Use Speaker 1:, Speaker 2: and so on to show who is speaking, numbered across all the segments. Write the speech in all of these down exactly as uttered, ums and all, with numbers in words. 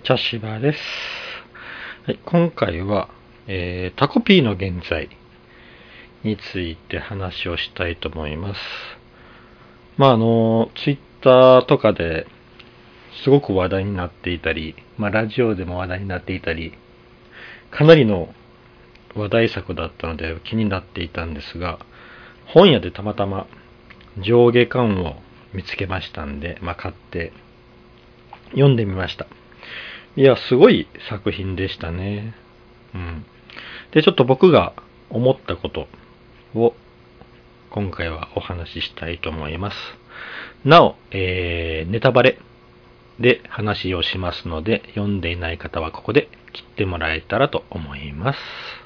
Speaker 1: 茶芝です。はい、今回は、えー、タコピーの現在について話をしたいと思います。まああの、ツイッターとかですごく話題になっていたり、まあラジオでも話題になっていたり、かなりの話題作だったので気になっていたんですが、本屋でたまたま上下巻を見つけましたんで、まあ買って読んでみました。いや、すごい作品でしたね。うん。で、ちょっと僕が思ったことを今回はお話ししたいと思います。なお、えー、ネタバレで話をしますので、読んでいない方はここで切ってもらえたらと思います。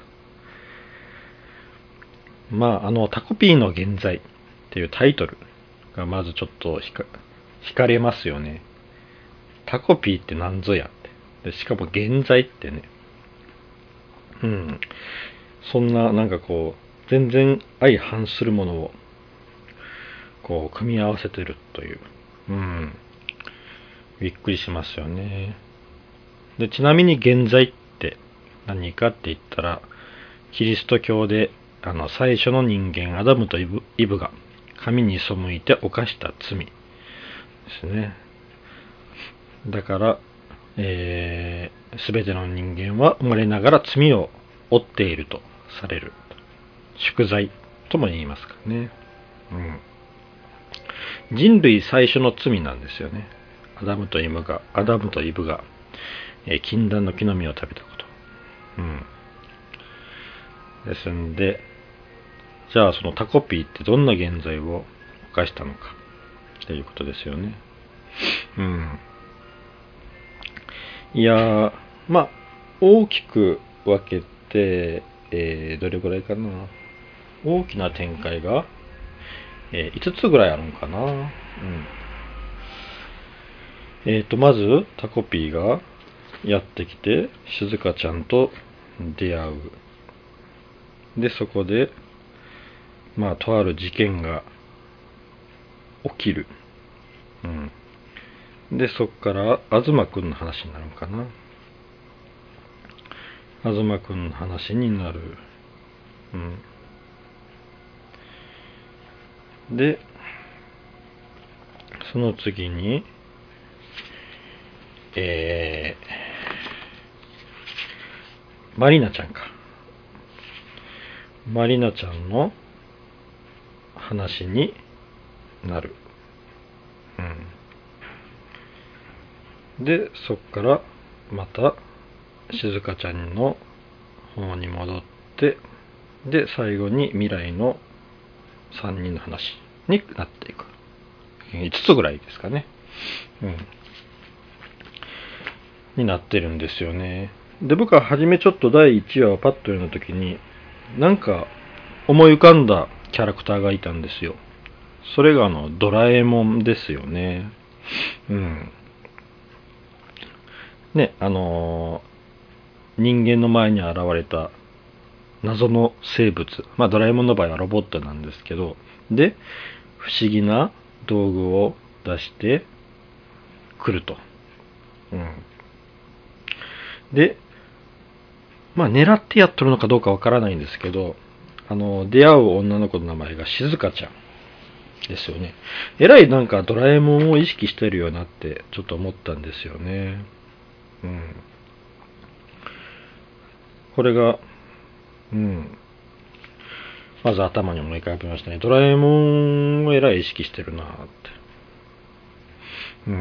Speaker 1: まあ、あの、タコピーの現在っていうタイトルがまずちょっとひか惹かれますよね。タコピーって何ぞやって。でしかも現在ってね。うん。そんな、なんかこう、全然相反するものを、こう、組み合わせてるという。うん。びっくりしますよね。で、ちなみに現在って何かって言ったら、キリスト教で、あの、最初の人間、アダムとイブ、イブが神に背いて犯した罪ですね。だから、えー、すべての人間は生まれながら罪を負っているとされる。贖罪とも言いますかね。うん。人類最初の罪なんですよね。アダムとイブが、アダムとイブが、えー、禁断の木の実を食べたこと。うん。ですんで、じゃあそのタコピーってどんな現在を犯したのかということですよね。うん。いやー、まあ、大きく分けて、えー、どれぐらいかな。大きな展開が、えー、いつつぐらいあるのかな。うん。えーと、まず、タコピーがやってきて、静香ちゃんと出会う。で、そこで、まあ、とある事件が起きる。うん。で、そっから、東くんの話になるのかな。東くんの話になる。うん。で、その次に、えー、マリナちゃんか。マリナちゃんの話になる。うん。で、そっからまた静香ちゃんの方に戻って、で、最後に未来のさんにんの話になっていく。いつつぐらいですかね。うん。になってるんですよね。で、僕は初めちょっとだいいちわをパッと読んだ時に、なんか思い浮かんだキャラクターがいたんですよ。それがあの、ドラえもんですよね。うん。ね、あのー、人間の前に現れた謎の生物。まあ、ドラえもんの場合はロボットなんですけど、で、不思議な道具を出してくると。うん。で、まあ、狙ってやっとるのかどうかわからないんですけど、あの、出会う女の子の名前が静香ちゃんですよね。えらいなんかドラえもんを意識してるよなってちょっと思ったんですよね。うん。これが、うん。まず頭に思い浮かびましたね。ドラえもんをえらい意識してるなって。うん。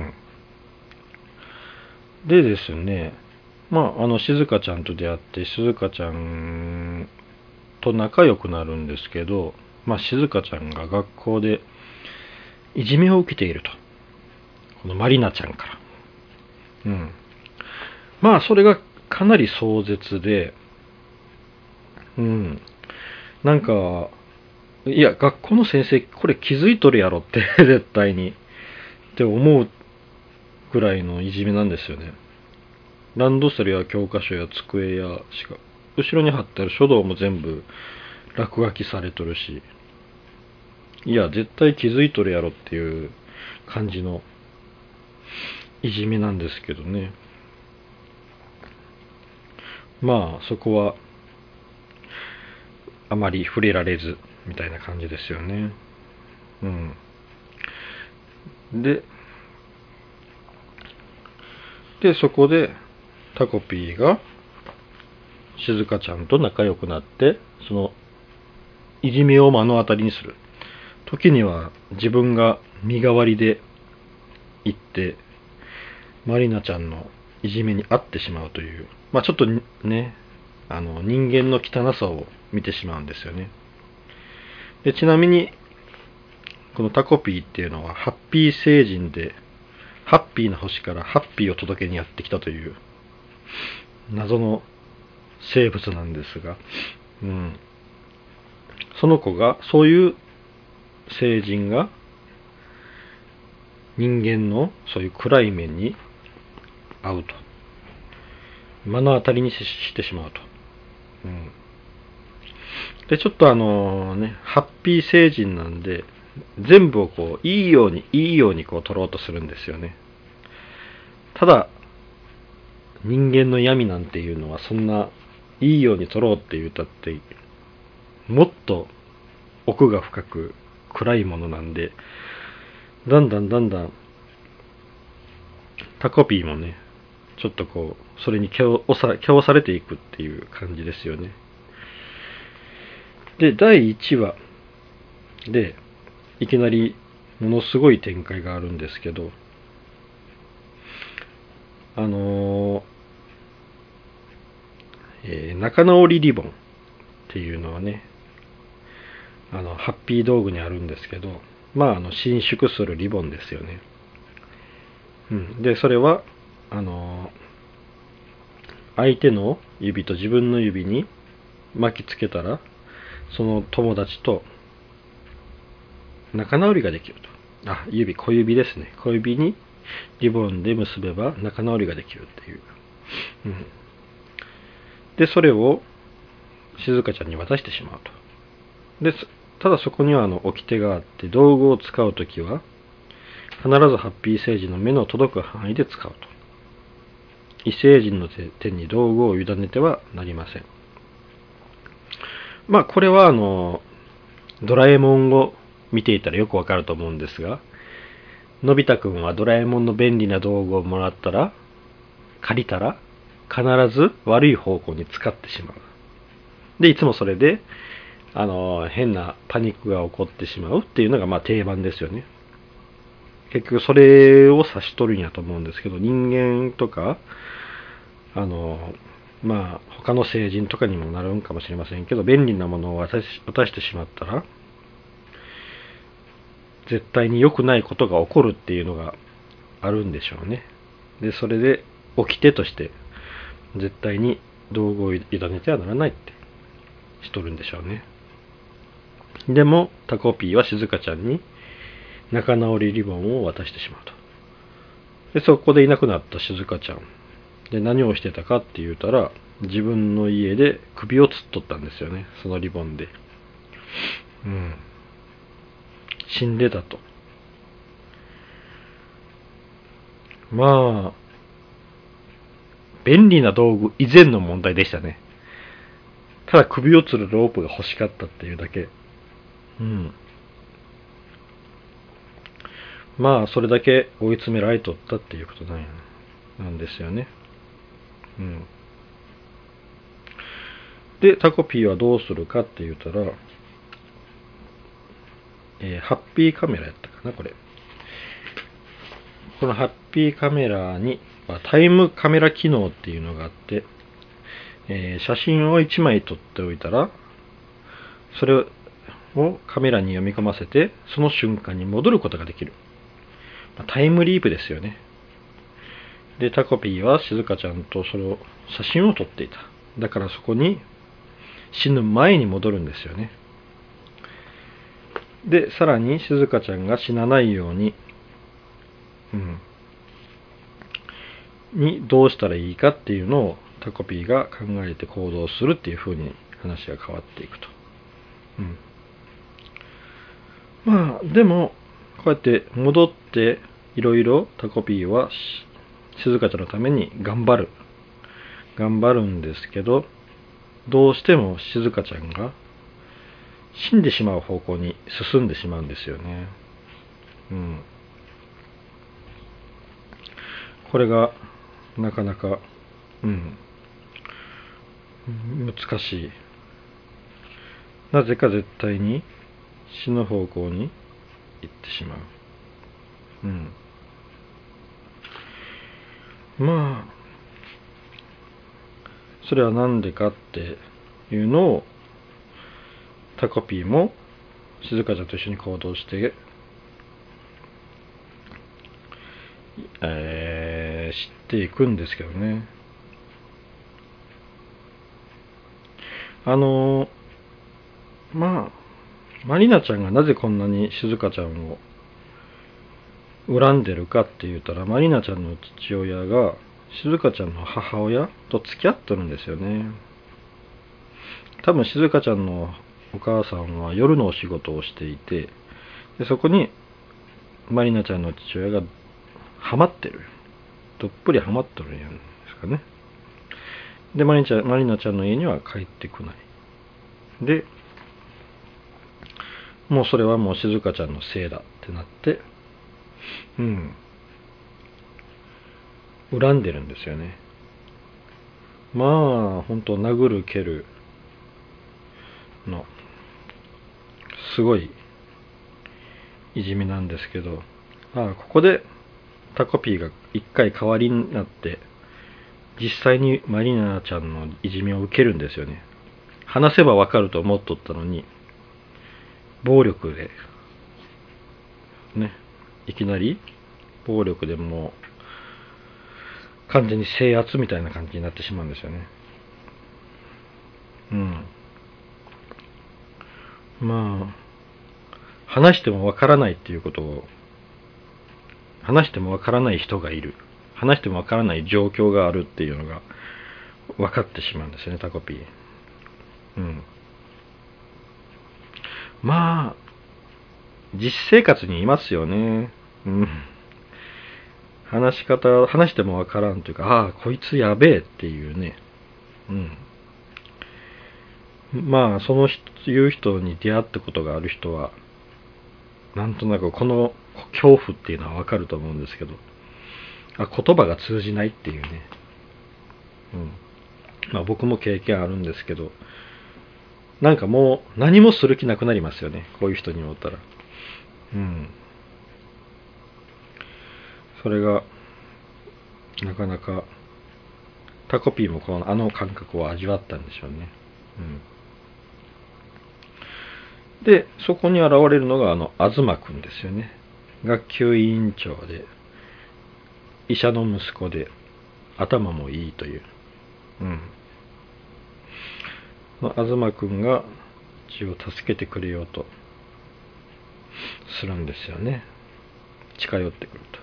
Speaker 1: でですね、まあ、あの、静香ちゃんと出会って、静香ちゃんと仲良くなるんですけど、まあ、静香ちゃんが学校でいじめを受けていると。このマリナちゃんから。うん。まあ、それがかなり壮絶で、うん。なんか、いや、学校の先生、これ気づいとるやろって、絶対に。って思うくらいのいじめなんですよね。ランドセルや教科書や机やしか、後ろに貼ってある書道も全部落書きされとるし、いや、絶対気づいとるやろっていう感じのいじめなんですけどね。 まあそこはあまり触れられずみたいな感じですよね。うんででそこでタコピーが静香ちゃんと仲良くなって、そのいじめを目の当たりにする。時には自分が身代わりで行ってマリナちゃんのいじめに遭ってしまうという、まあちょっとね、あの人間の汚さを見てしまうんですよね。でちなみにこのタコピーっていうのはハッピー星人で、ハッピーな星からハッピーを届けにやってきたという謎の生物なんですが、うん、その子が、そういう星人が人間のそういう暗い面に合うと、目の当たりにしてしまうと、うん、でちょっとあのね、ハッピー星人なんで全部をこういいようにいいようにこう取ろうとするんですよね。ただ人間の闇なんていうのはそんないいように取ろうって言ったってもっと奥が深く暗いものなんで、だんだんだんだんタコピーもね、ちょっとこうそれに強さ、強されていくっていう感じですよね。でだいいちわでいきなりものすごい展開があるんですけど、あのーえー、仲直りリボンっていうのはね、あのハッピー道具にあるんですけど、まああの伸縮するリボンですよね。うん、でそれはあの相手の指と自分の指に巻きつけたら、その友達と仲直りができると。あ、指、小指ですね。小指にリボンで結べば仲直りができるっていう。うん、でそれを静香ちゃんに渡してしまうと。でただそこにはあの掟があって、道具を使うときは必ずハッピー星人の目の届く範囲で使うと。異星人の手に道具を委ねてはなりません。まあこれはあのドラえもんを見ていたらよくわかると思うんですが、のび太くんはドラえもんの便利な道具をもらったら、借りたら必ず悪い方向に使ってしまう。でいつもそれであの変なパニックが起こってしまうっていうのがまあ定番ですよね。結局それを指し取るんやと思うんですけど、人間とかあのまあ他の成人とかにもなるんかもしれませんけど、便利なものを渡し、渡してしまったら絶対に良くないことが起こるっていうのがあるんでしょうね。でそれで掟として絶対に道具を委ねてはならないってしとるんでしょうね。でもタコピーは静香ちゃんに仲直りリボンを渡してしまうと。でそこでいなくなった静香ちゃんで何をしてたかって言うたら、自分の家で首をつっとったんですよね、そのリボンで。うん、死んでたと。まあ便利な道具以前の問題でしたね。ただ首を吊るロープが欲しかったっていうだけ。うん。まあそれだけ追い詰められとったっていうことなんやなんですよね。うん。でタコピーはどうするかって言ったら、えー、ハッピーカメラやったかな、これ。このハッピーカメラにタイムカメラ機能っていうのがあって、えー、写真をいちまい撮っておいたら、それをカメラに読み込ませて、その瞬間に戻ることができる。タイムリープですよね。でタコピーは静香ちゃんとそれを写真を撮っていた。だからそこに死ぬ前に戻るんですよね。でさらに静香ちゃんが死なないように、うん、にどうしたらいいかっていうのをタコピーが考えて行動するっていう風に話が変わっていくと。うん、まあでもこうやって戻っていろいろタコピーは静香ちゃんのために頑張る。 頑張るんですけど、どうしても静香ちゃんが死んでしまう方向に進んでしまうんですよね。うん。これがなかなか、うん、難しい。なぜか絶対に死ぬ方向に行ってしまう。うん。まあ、それはなんでかっていうのをタコピーも静香ちゃんと一緒に行動して、えー、知っていくんですけどね。あのまあマリナちゃんがなぜこんなに静香ちゃんを恨んでるかって言ったら、マリナちゃんの父親が静香ちゃんの母親と付き合ってるんですよね。多分静香ちゃんのお母さんは夜のお仕事をしていて、でそこにマリナちゃんの父親がハマってる、どっぷりハマっとるんやんですかね。でマリナちゃん、マリナちゃんの家には帰ってこない。でもうそれはもう静香ちゃんのせいだってなって、うん、恨んでるんですよね。まあ本当殴る蹴るのすごいいじめなんですけど、ああここでタコピーが一回代わりになって実際にマリナちゃんのいじめを受けるんですよね。話せばわかると思っとったのに、暴力でね、いきなり暴力でもう完全に制圧みたいな感じになってしまうんですよね。うん。まあ話してもわからないっていうことを、話してもわからない人がいる、話してもわからない状況があるっていうのが分かってしまうんですよね、タコピー。うん。まあ実生活にいますよね。うん。話し方、話してもわからんというか、ああこいつやべえっていうね。うん。まあその人、いう人に出会ったことがある人はなんとなくこの恐怖っていうのはわかると思うんですけど、あ、言葉が通じないっていうね。うん。まあ僕も経験あるんですけど、なんかもう何もする気なくなりますよね、こういう人に会ったら。うん。それがなかなかタコピーもこのあの感覚を味わったんでしょうね。うん。でそこに現れるのがあの東くんですよね。学級委員長で医者の息子で頭もいいという。うん。東くんが血を助けてくれようとするんですよね。近寄ってくると。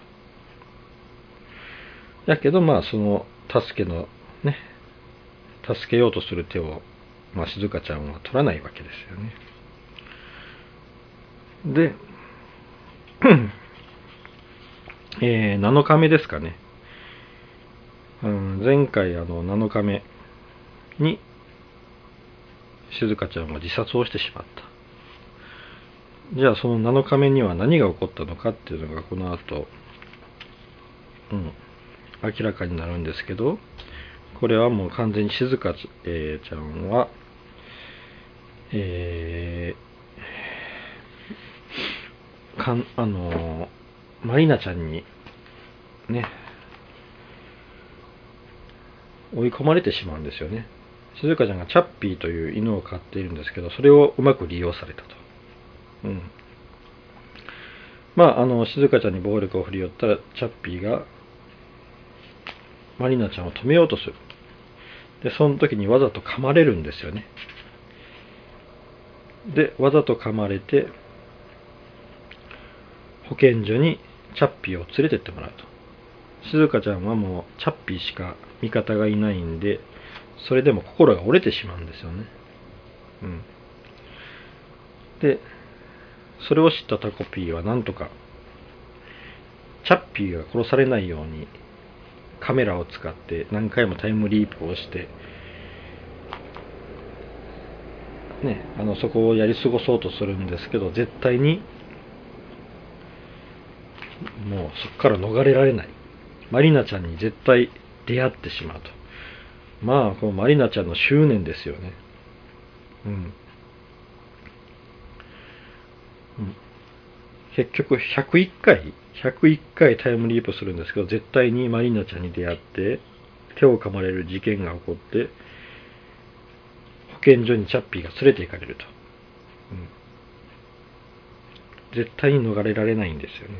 Speaker 1: だけどまあその助けのね、助けようとする手を、まあ、静香ちゃんは取らないわけですよね。で、えー、なのかめですかね。うん、前回あのなのかめに静香ちゃんは自殺をしてしまった。じゃあそのなのかめには何が起こったのかっていうのがこの後、うん、明らかになるんですけど、これはもう完全に静香ちゃんは、えー、かんあのマリナちゃんにね追い込まれてしまうんですよね。静香ちゃんがチャッピーという犬を飼っているんですけど、それをうまく利用されたと。うん。まああの静香ちゃんに暴力を振りよったらチャッピーがマリナちゃんを止めようとする。でその時にわざと噛まれるんですよね。でわざと噛まれて保健所にチャッピーを連れてってもらうと。静香ちゃんはもうチャッピーしか味方がいないんで、それでも心が折れてしまうんですよね。うん。でそれを知ったタコピーはなんとかチャッピーが殺されないようにカメラを使って何回もタイムリープをしてね、あのそこをやり過ごそうとするんですけど、絶対にもうそこから逃れられない。マリナちゃんに絶対出会ってしまうと。まあこのマリナちゃんの執念ですよね。うん、うん、結局ひゃくいっかいひゃくいっかいタイムリープするんですけど、絶対にマリナちゃんに出会って手を噛まれる事件が起こって、保健所にチャッピーが連れて行かれると。うん、絶対に逃れられないんですよね。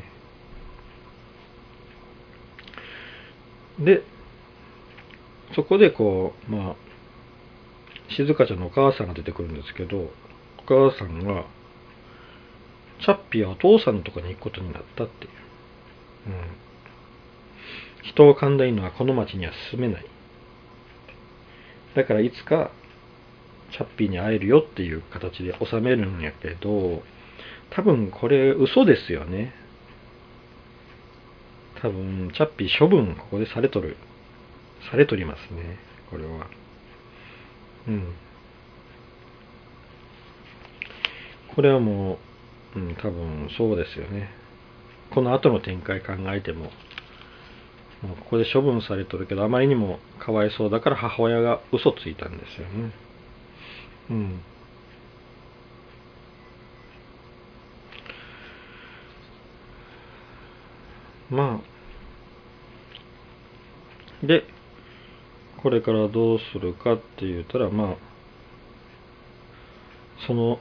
Speaker 1: でそこでこうまあ静香ちゃんのお母さんが出てくるんですけど、お母さんがチャッピーはお父さんのところに行くことになったっていう、うん、人を噛んだ犬はこの町には住めない、だからいつかチャッピーに会えるよっていう形で収めるんやけど、多分これ嘘ですよね。多分チャッピー処分ここでされとるされとりますね、これは。うん、これはもう、うん、多分そうですよね。この後の展開考えても、もうここで処分されとるけど、あまりにもかわいそうだから母親が嘘ついたんですよね。うん。まあ、で、これからどうするかって言ったら、まあ、その、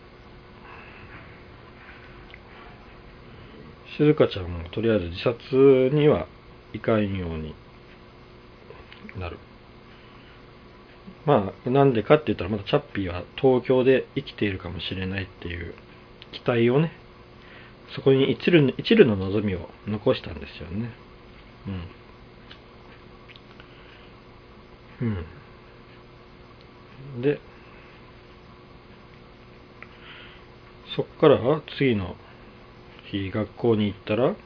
Speaker 1: 静香ちゃんもとりあえず自殺にはいかんようになる。まあ、なんでかって言ったら、まだチャッピーは東京で生きているかもしれないっていう期待をね、そこに一縷一縷の望みを残したんですよね。うん。うん。で、そっから次の日学校に行ったら、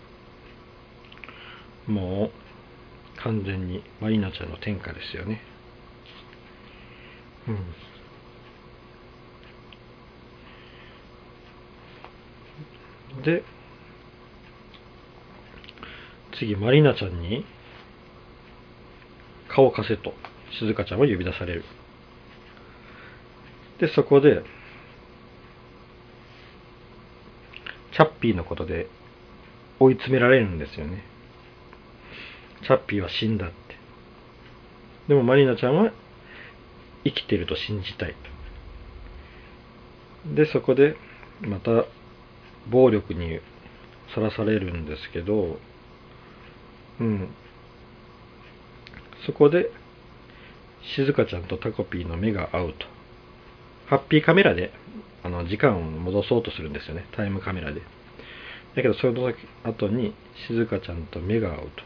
Speaker 1: もう完全にマリナちゃんの天下ですよね。うん。で、次マリナちゃんに顔貸せと静香ちゃんは呼び出される。で、そこでチャッピーのことで追い詰められるんですよね。チャッピーは死んだって。でもマリナちゃんは生きてると信じたいと。で、そこでまた暴力にさらされるんですけど、うん。そこで静香ちゃんとタコピーの目が合うと。ハッピーカメラであの時間を戻そうとするんですよね。タイムカメラで。だけどその後に静香ちゃんと目が合うと。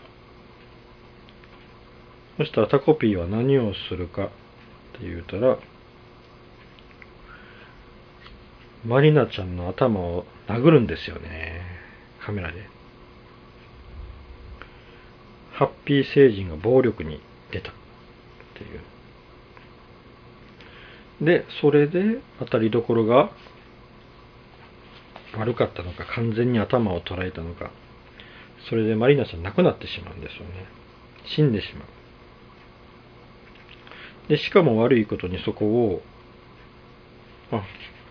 Speaker 1: そしたらタコピーは何をするかって言うたら、マリナちゃんの頭を殴るんですよね。カメラで。ハッピー星人が暴力に出たっていう。で、それで当たりどころが悪かったのか、完全に頭を捉えたのか、それでマリナちゃん亡くなってしまうんですよね。死んでしまう。で、しかも悪いことにそこを、あ、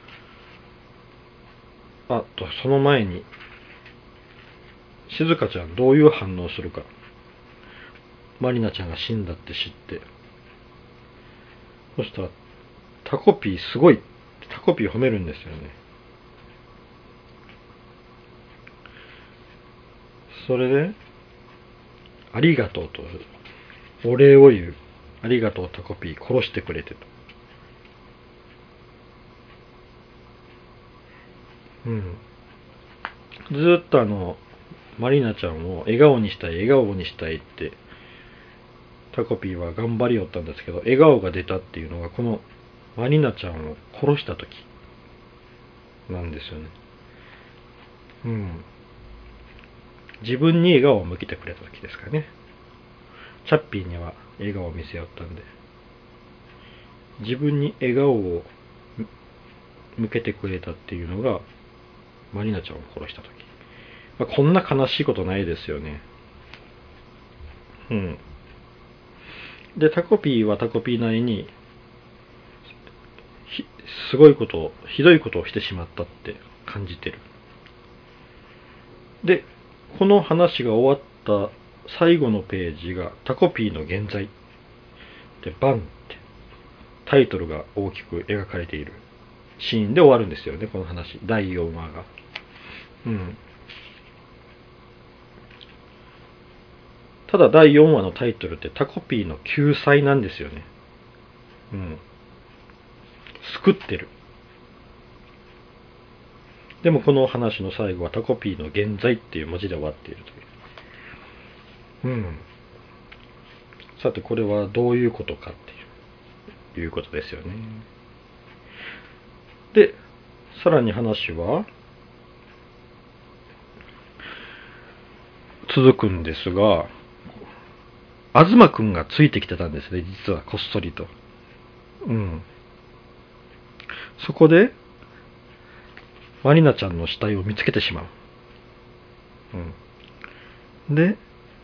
Speaker 1: あと、その前に、静香ちゃんどういう反応するか。マリナちゃんが死んだって知って。そしたら、タコピーすごい。タコピー褒めるんですよね。それで、ありがとうと、お礼を言う。ありがとうタコピー、殺してくれてと。うん。ずっとあの、マリナちゃんを笑顔にしたい、笑顔にしたいって、タコピーは頑張りよったんですけど、笑顔が出たっていうのが、このマリナちゃんを殺した時なんですよね。うん。自分に笑顔を向けてくれた時ですかね。 チャッピーには笑顔を見せよったんで、自分に笑顔を向けてくれたっていうのがマリナちゃんを殺した時、まあ、こんな悲しいことないですよね。うん。でタコピーはタコピーなりにすごいことをひどいことをしてしまったって感じてる。でこの話が終わった最後のページがタコピーの現在でバンってタイトルが大きく描かれているシーンで終わるんですよね、この話だいよんわが。うん。ただだいよんわのタイトルってタコピーの救済なんですよね。うん。救ってる。でもこの話の最後はタコピーの現在っていう文字で終わっているという。うん。さてこれはどういうことかっていう、いうことですよね。で、さらに話は続くんですが、東くんがついてきてたんですね、実はこっそりと。うん。そこでマリナちゃんの死体を見つけてしまう。うん。で、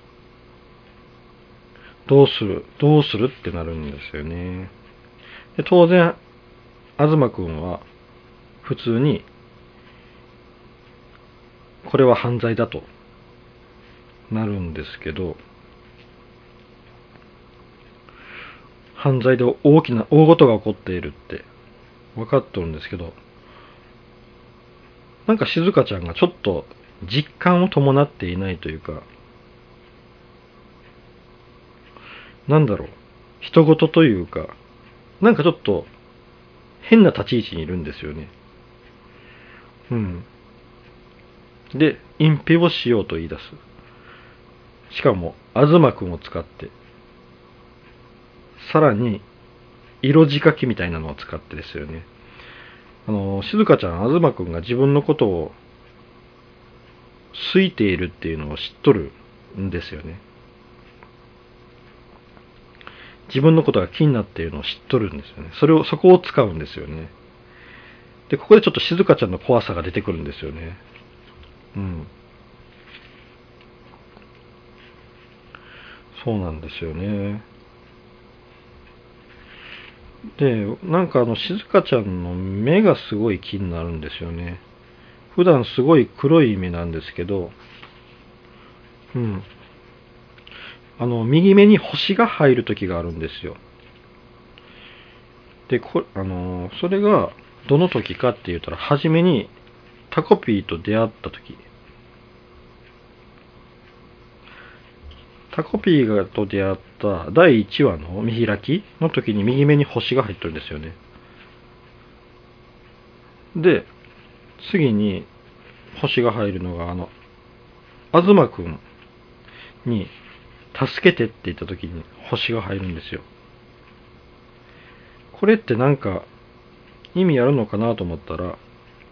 Speaker 1: どうするどうするってなるんですよね。で当然、東くんは普通にこれは犯罪だとなるんですけど、犯罪で大きな大事が起こっているって分かっとるんですけど、なんか静香ちゃんがちょっと実感を伴っていないというか、なんだろう、人事というか、なんかちょっと変な立ち位置にいるんですよね。うん。で、隠蔽をしようと言い出す。しかも、東くんを使って、さらに、色仕掛けみたいなのを使ってですよね。あの、静香ちゃん、東くんが自分のことを好いているっていうのを知っとるんですよね。自分のことが気になっているのを知っとるんですよね。それを、そこを使うんですよね。で、ここでちょっと静香ちゃんの怖さが出てくるんですよね。うん。そうなんですよね。で、なんかあの、静香ちゃんの目がすごい気になるんですよね。普段すごい黒い目なんですけど、うん。あの、右目に星が入る時があるんですよ。で、こあの、それが、どの時かって言ったら、初めにタコピーと出会った時。タコピーがと出会っただいいちわの見開きの時に右目に星が入ってるんですよね。で、次に星が入るのが、あの、東くんに助けてって言った時に星が入るんですよ。これってなんか意味あるのかなと思ったら、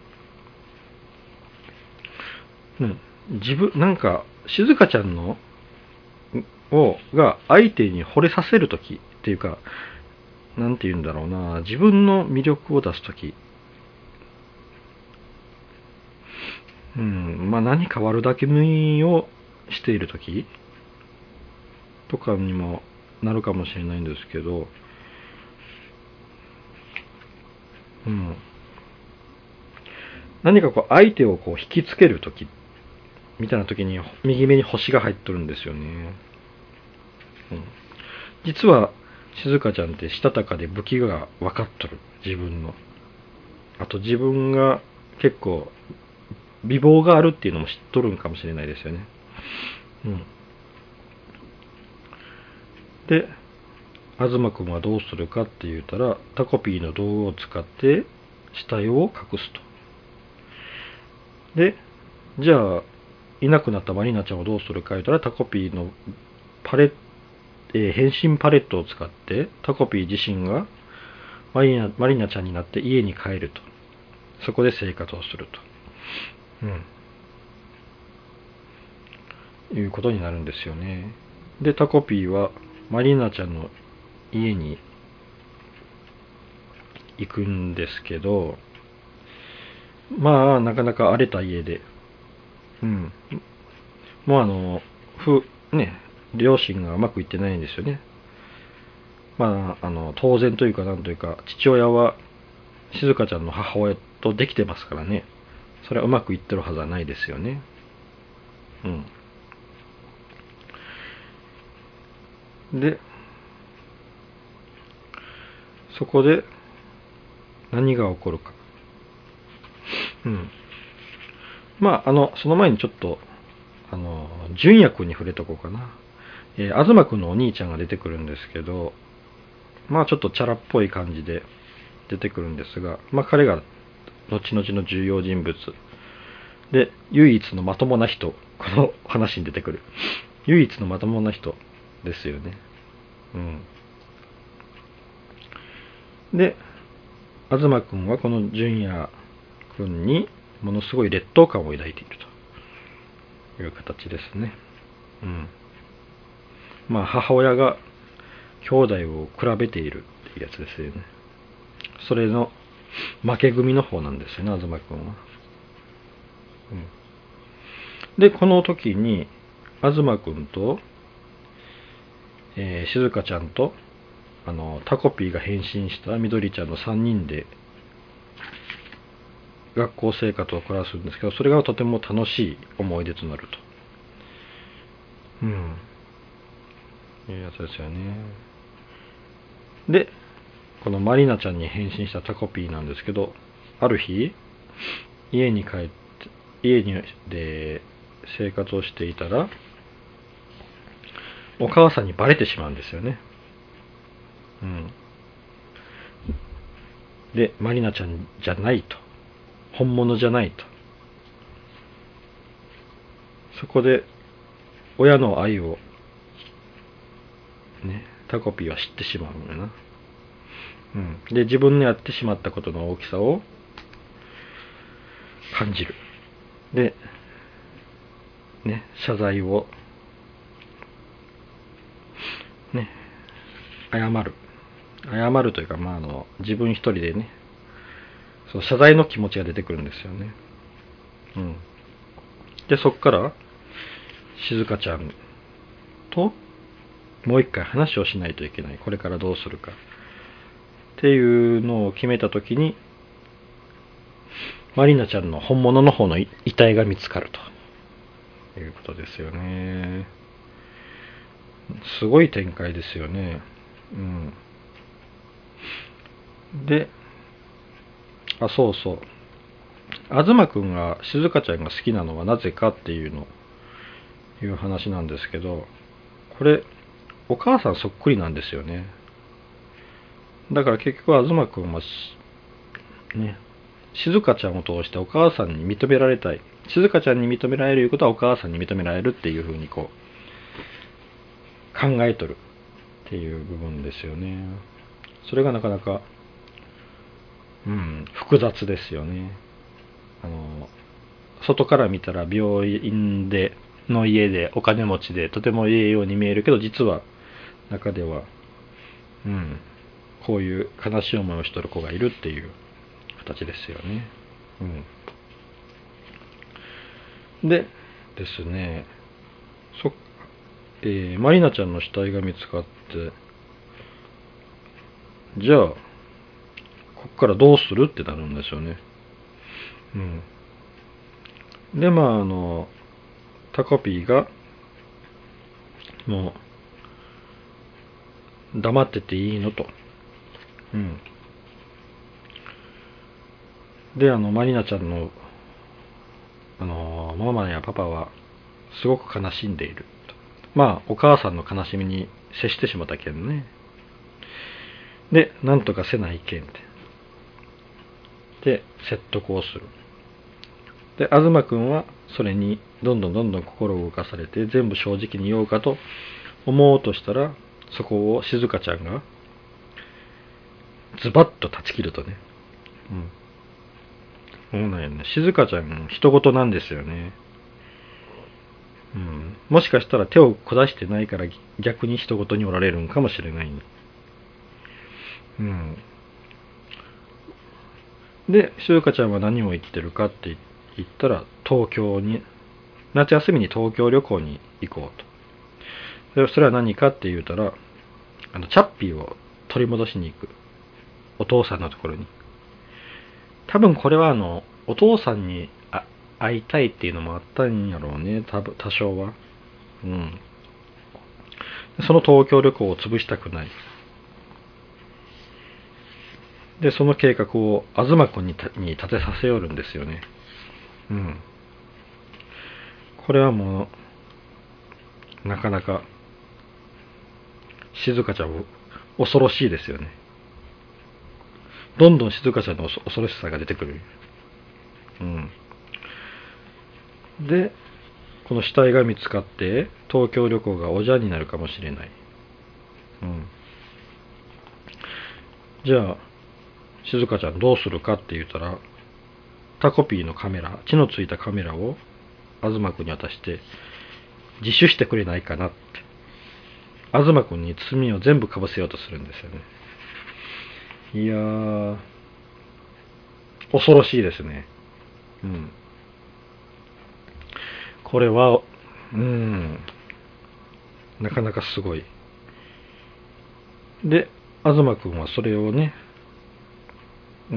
Speaker 1: うん、自分、なんか、静香ちゃんの、を、が相手に惚れさせるときっていうか、なんて言うんだろうな、自分の魅力を出すとき、うん、まあ何か悪巧みをしているときとかにもなるかもしれないんですけど、うん、何かこう相手をこう引きつけるときみたいなときに右目に星が入っとるんですよね。うん、実は静香ちゃんってしたたかで武器が分かっとる、自分の。あと自分が結構美貌があるっていうのも知っとるんかもしれないですよね。うん。で、東くんはどうするかって言ったら、タコピーの道具を使って死体を隠すと。で、じゃあ、いなくなったマリナちゃんをどうするか言ったら、タコピーのパレット、えー変身パレットを使って、タコピー自身がマリナ、マリナちゃんになって家に帰ると。そこで生活をすると。うん。いうことになるんですよね。 で、タコピーはマリナちゃんの家に行くんですけど、まあ、なかなか荒れた家で、うん。もうあの、ふ、ね、両親がうまくいってないんですよね。まあ、あの、当然というかなんというか、父親は静香ちゃんの母親とできてますからね。それはうまくいってるはずはないですよね。うん。で、そこで何が起こるか。うん。まあ、あの、その前にちょっと、あの、純也くんに触れとこうかな。えー、東くんのお兄ちゃんが出てくるんですけど、まあちょっとチャラっぽい感じで出てくるんですが、まあ彼が後々の重要人物で、唯一のまともな人、この話に出てくる。唯一のまともな人ですよね。うん。で、東くんはこの純也くんにものすごい劣等感を抱いているという形ですね。うん。まあ母親が兄弟を比べているっていうやつですよね。それの負け組の方なんですよね、東くんは。うん、で、この時に、東くんと、えー、静香ちゃんと、あの、タコピーが変身した緑ちゃんのさんにんで、学校生活を暮らすんですけど、それがとても楽しい思い出となると。うん。いうやつですよね。で、このマリナちゃんに変身したタコピーなんですけど、ある日、家に帰って、家にで生活をしていたら、お母さんにバレてしまうんですよね。うん。で、マリナちゃんじゃないと。本物じゃないと。そこで、親の愛を、ね、タコピーは知ってしまうんだな。うん。で、自分のやってしまったことの大きさを感じる。で、ね、謝罪を、ね、謝る。謝るというか、まあ、あの、自分一人でね、その謝罪の気持ちが出てくるんですよね。うん。で、そっから、静香ちゃんと、もう一回話をしないといけない。これからどうするか。っていうのを決めたときに、マリナちゃんの本物の方の遺体が見つかるということですよね。すごい展開ですよね。うん。で、あ、そうそう。東くんが静香ちゃんが好きなのはなぜかっていうの、いう話なんですけど、これ、お母さんそっくりなんですよね。だから結局東くんは、ね、静香ちゃんを通してお母さんに認められたい。静香ちゃんに認められることはお母さんに認められるっていう風にこう、考えとるっていう部分ですよね。それがなかなか、うん、複雑ですよね。あの、外から見たら病院で、の家でお金持ちでとてもいいように見えるけど、実は中では、うん、こういう悲しい思いをしとる子がいるっていう形ですよね。うん。でですね、そ、えー、マリナちゃんの死体が見つかって、じゃあ、こっからどうするってなるんですよね。うん。で、まあ、あの、タコピーが、もう、黙ってていいのと。うん。で、あの、マリナちゃんの、あの、ママやパパは、すごく悲しんでいる。まあ、お母さんの悲しみに接してしまったけんね。で、なんとかせないけんって。で、説得をする。で、東くんは、それに、どんどんどんどん心を動かされて、全部正直に言おうかと思おうとしたら、そこを静香ちゃんが、ズバッと断ち切るとね。うん。そうなんよね。静香ちゃん、人事なんですよね。うん。 もしかしたら手を下してないから逆に人ごとにおられるんかもしれない、ね、うん。で、静香ちゃんは何を言ってるかって言ったら、東京に、夏休みに東京旅行に行こうと。でそれは何かって言うたら、あのチャッピーを取り戻しに行く。お父さんのところに。多分これはあの、お父さんに会いたいっていうのもあったんやろうね、多分多少は。うん。その東京旅行を潰したくない。で、その計画を東君にに立てさせよるんですよね。うん。これはもう、なかなか、静香ちゃん恐ろしいですよね。どんどん静香ちゃんの恐ろしさが出てくる。うん。で、この死体が見つかって、東京旅行がおじゃんになるかもしれない。うん。じゃあ、静香ちゃんどうするかって言ったら、タコピーのカメラ、血のついたカメラを東君に渡して、自首してくれないかなって。東君に罪を全部かぶせようとするんですよね。いやー、恐ろしいですね。うん。これは、うん、なかなかすごい。で、東君はそれをね、うん。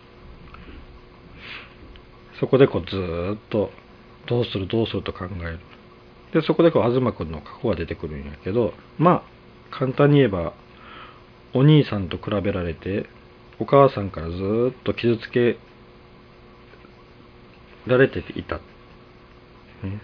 Speaker 1: そこでこうずーっと、どうするどうすると考える。で、そこでこう東君の過去が出てくるんやけど、まあ、簡単に言えば、お兄さんと比べられて、お母さんからずーっと傷つけられていた。ね、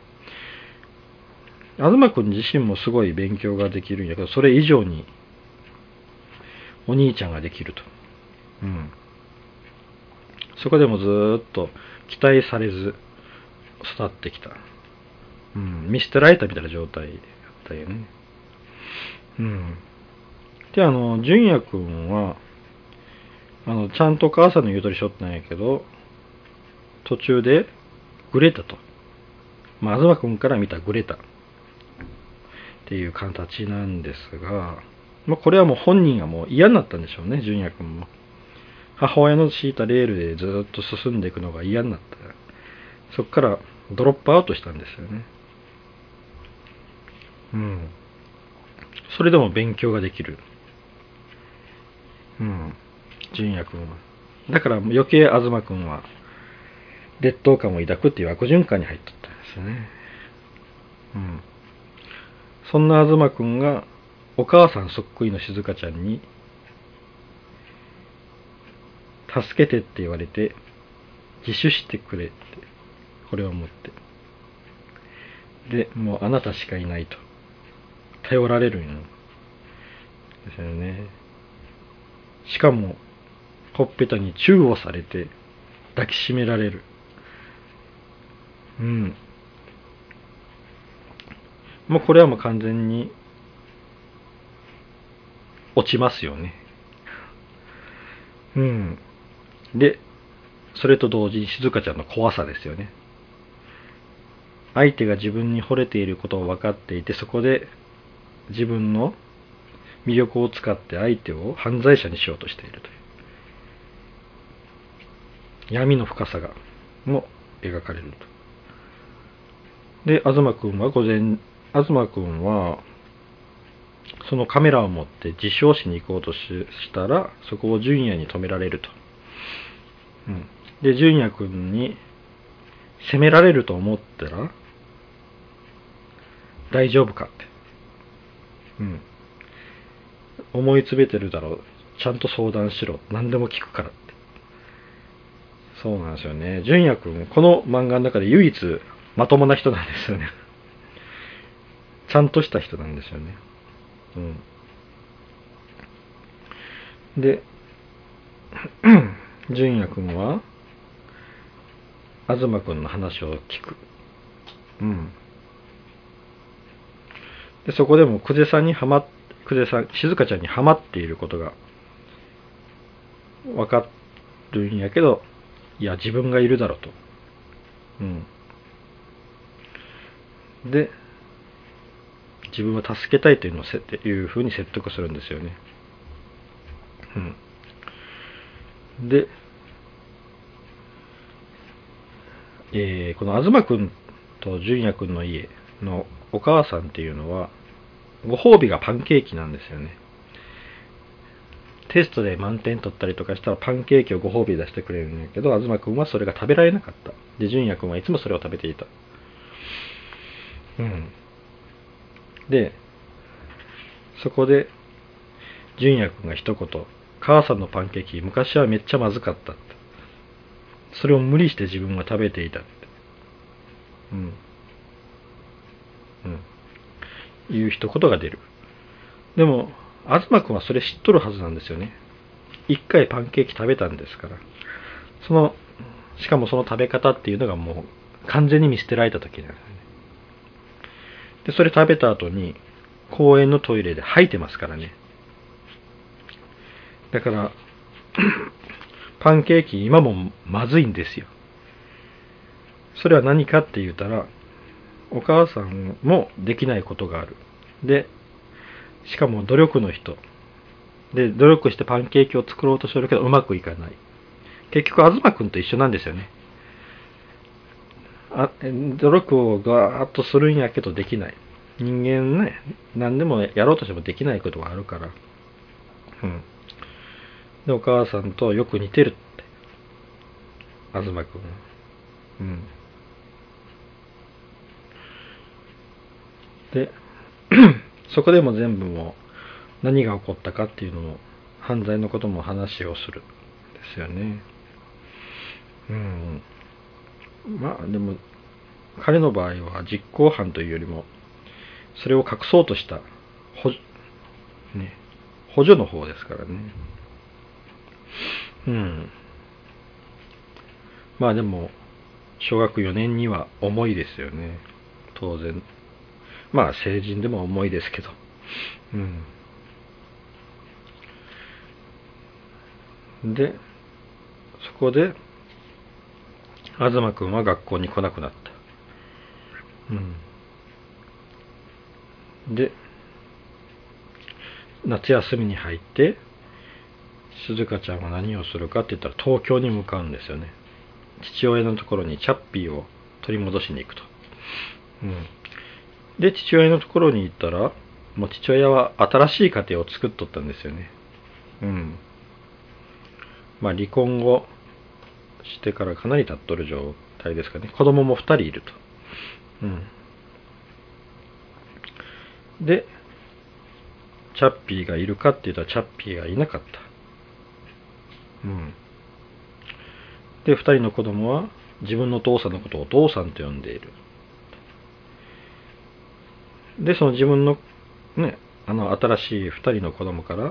Speaker 1: 東君自身もすごい勉強ができるんやけど、それ以上にお兄ちゃんができると。うん。そこでもずーっと期待されず育ってきた。うん。見捨てられたみたいな状態だったよね。うん。で、あの、純也くんは、あの、ちゃんと母さんの言う通りしょったんやけど、途中でグレたと。まあ、東くんから見たグレたっていう形なんですが、まあ、これはもう本人がもう嫌になったんでしょうね、純也くんも。母親の敷いたレールでずっと進んでいくのが嫌になった。そこからドロップアウトしたんですよね。うん。それでも勉強ができる。うん。純也くんは。だから余計東くんは劣等感を抱くっていう悪循環に入っとったんですよね。うん。そんな東くんがお母さんそっくりの静香ちゃんに助けてって言われて自首してくれってこれを思って、でもうあなたしかいないと頼られるんですよね。しかもほっぺたにチューをされて抱きしめられる。うん。もうこれはもう完全に落ちますよね。うん。で、それと同時に静香ちゃんの怖さですよね。相手が自分に惚れていることを分かっていて、そこで自分の魅力を使って相手を犯罪者にしようとしているという闇の深さがも描かれると。で、東くんは午前、東くんはそのカメラを持って自首をしに行こうとしたら、そこを純也に止められると。うん、で、純也くんに責められると思ったら大丈夫かって。うん。思い詰めてるだろう。ちゃんと相談しろ。何でも聞くからって。そうなんですよね。純也くん、この漫画の中で唯一まともな人なんですよね。ちゃんとした人なんですよね。うん。で、純也くんは、東くんの話を聞く。うん。で、そこでも久世さんにはまっ、久世さん、静香ちゃんにはまっていることが分かるんやけど、いや、自分がいるだろうと。うん。で、 自分は助けたいというのをせっていうふうに説得するんですよね。うん、で、えー、この東くんと純也くんの家のお母さんっていうのはご褒美がパンケーキなんですよね。テストで満点取ったりとかしたらパンケーキをご褒美出してくれるんだけど、東くんはそれが食べられなかった。で、純也くんはいつもそれを食べていた。うん。で、そこで純也くんが一言、母さんのパンケーキ昔はめっちゃまずかったって。それを無理して自分は食べていたって。うん。うん。いう一言が出る。でも、東くんはそれ知っとるはずなんですよね。一回パンケーキ食べたんですから。その、しかもその食べ方っていうのがもう完全に見捨てられた時なんですよね。で、それ食べた後に公園のトイレで吐いてますからね。だから、パンケーキ今もまずいんですよ。それは何かって言ったら、お母さんもできないことがある。で、しかも努力の人。で、努力してパンケーキを作ろうとしてるけどうまくいかない。結局、東くんと一緒なんですよね。あ努力をガーッとするんやけどできない。人間ね、何でもやろうとしてもできないことがあるから。うん。で、お母さんとよく似てるって。東くん。うん。で、そこでも全部もう何が起こったかっていうのも、犯罪のことも話をするんですよね。うん。まあでも、彼の場合は実行犯というよりも、それを隠そうとした補助、ね、補助の方ですからね。うん。まあでも、小学よねんには重いですよね。当然。まあ成人でも重いですけど。うん。で、そこで、東くんは学校に来なくなった。うん。で、夏休みに入って、静香ちゃんは何をするかって言ったら東京に向かうんですよね。父親のところにチャッピーを取り戻しに行くと。うん。で、父親のところに行ったら、もう父親は新しい家庭を作っとったんですよね。うん。まあ離婚後してからかなり経っとる状態ですかね。子供もふたりいると。うん。で、チャッピーがいるかって言ったらチャッピーがいなかった。うん。で、ふたりの子供は自分のお父さんのことをお父さんと呼んでいる。で、その自分のね、あの新しいふたりの子供から、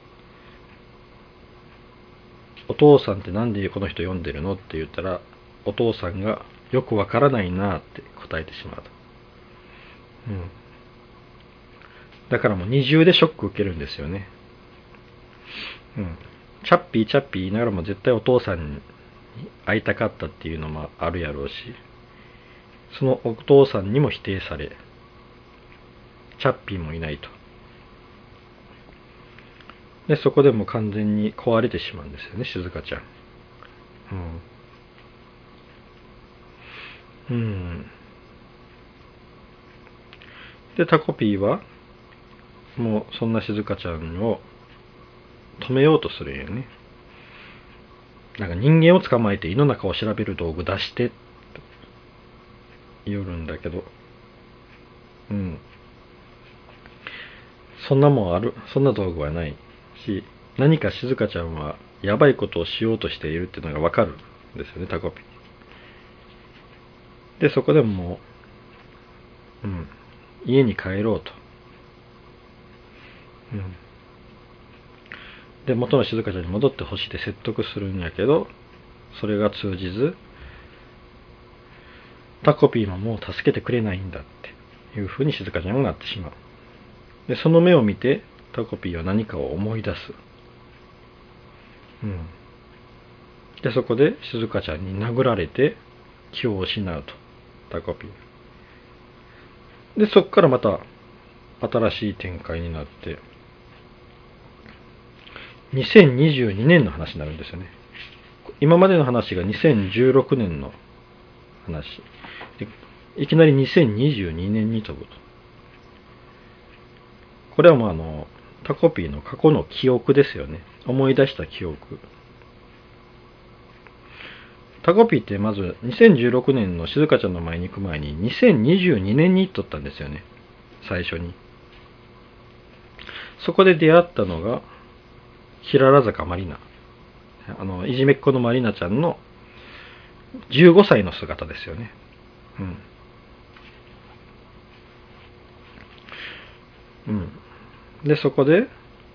Speaker 1: お父さんってなんでこの人呼んでるのって言ったら、お父さんがよくわからないなって答えてしまうと。うん。だからもう二重でショック受けるんですよね。うん。チャッピーチャッピー言いながらも絶対お父さんに会いたかったっていうのもあるやろうし、そのお父さんにも否定され、チャッピーもいないと。で、そこでも完全に壊れてしまうんですよね、静香ちゃん。うん。うん。で、タコピーは、もうそんな静香ちゃんを止めようとするんよね。なんか人間を捕まえて胃の中を調べる道具出してって言うんだけど、うん。そんなもんある、そんな道具はないし、何か静香ちゃんはやばいことをしようとしているっていうのがわかるんですよね、タコピー。で、そこでもう、うん、家に帰ろうと。うん。で、元の静香ちゃんに戻ってほしいって説得するんやけど、それが通じず、タコピーももう助けてくれないんだっていう風に静香ちゃんがなってしまう。で、その目を見て、タコピーは何かを思い出す。うん。で、そこで静香ちゃんに殴られて気を失うと。タコピー。で、そこからまた新しい展開になって、にせんにじゅうにねんの話になるんですよね。今までの話がにせんじゅうろくねんの話で、いきなりにせんにじゅうにねんに飛ぶと。これはもうあのタコピーの過去の記憶ですよね。思い出した記憶。タコピーってまずにせんじゅうろくねんの静香ちゃんの前に行く前ににせんにじゅうにねんに行っとったんですよね。最初に。そこで出会ったのが平良坂まりな。あのいじめっ子のまりなちゃんのじゅうごさいの姿ですよね。うん。うん。で、そこで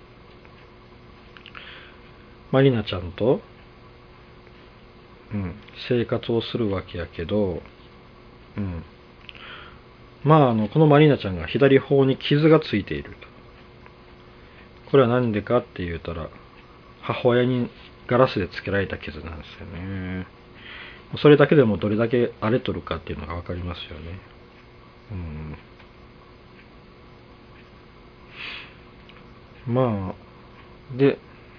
Speaker 1: まりなちゃんと、うん、生活をするわけやけど、うん。まあ、あの、このまりなちゃんが左頬に傷がついていると。これは何でかって言うたら、母親にガラスでつけられた傷なんですよね。それだけでもどれだけ荒れとるかっていうのがわかりますよね。うん。まあ、で、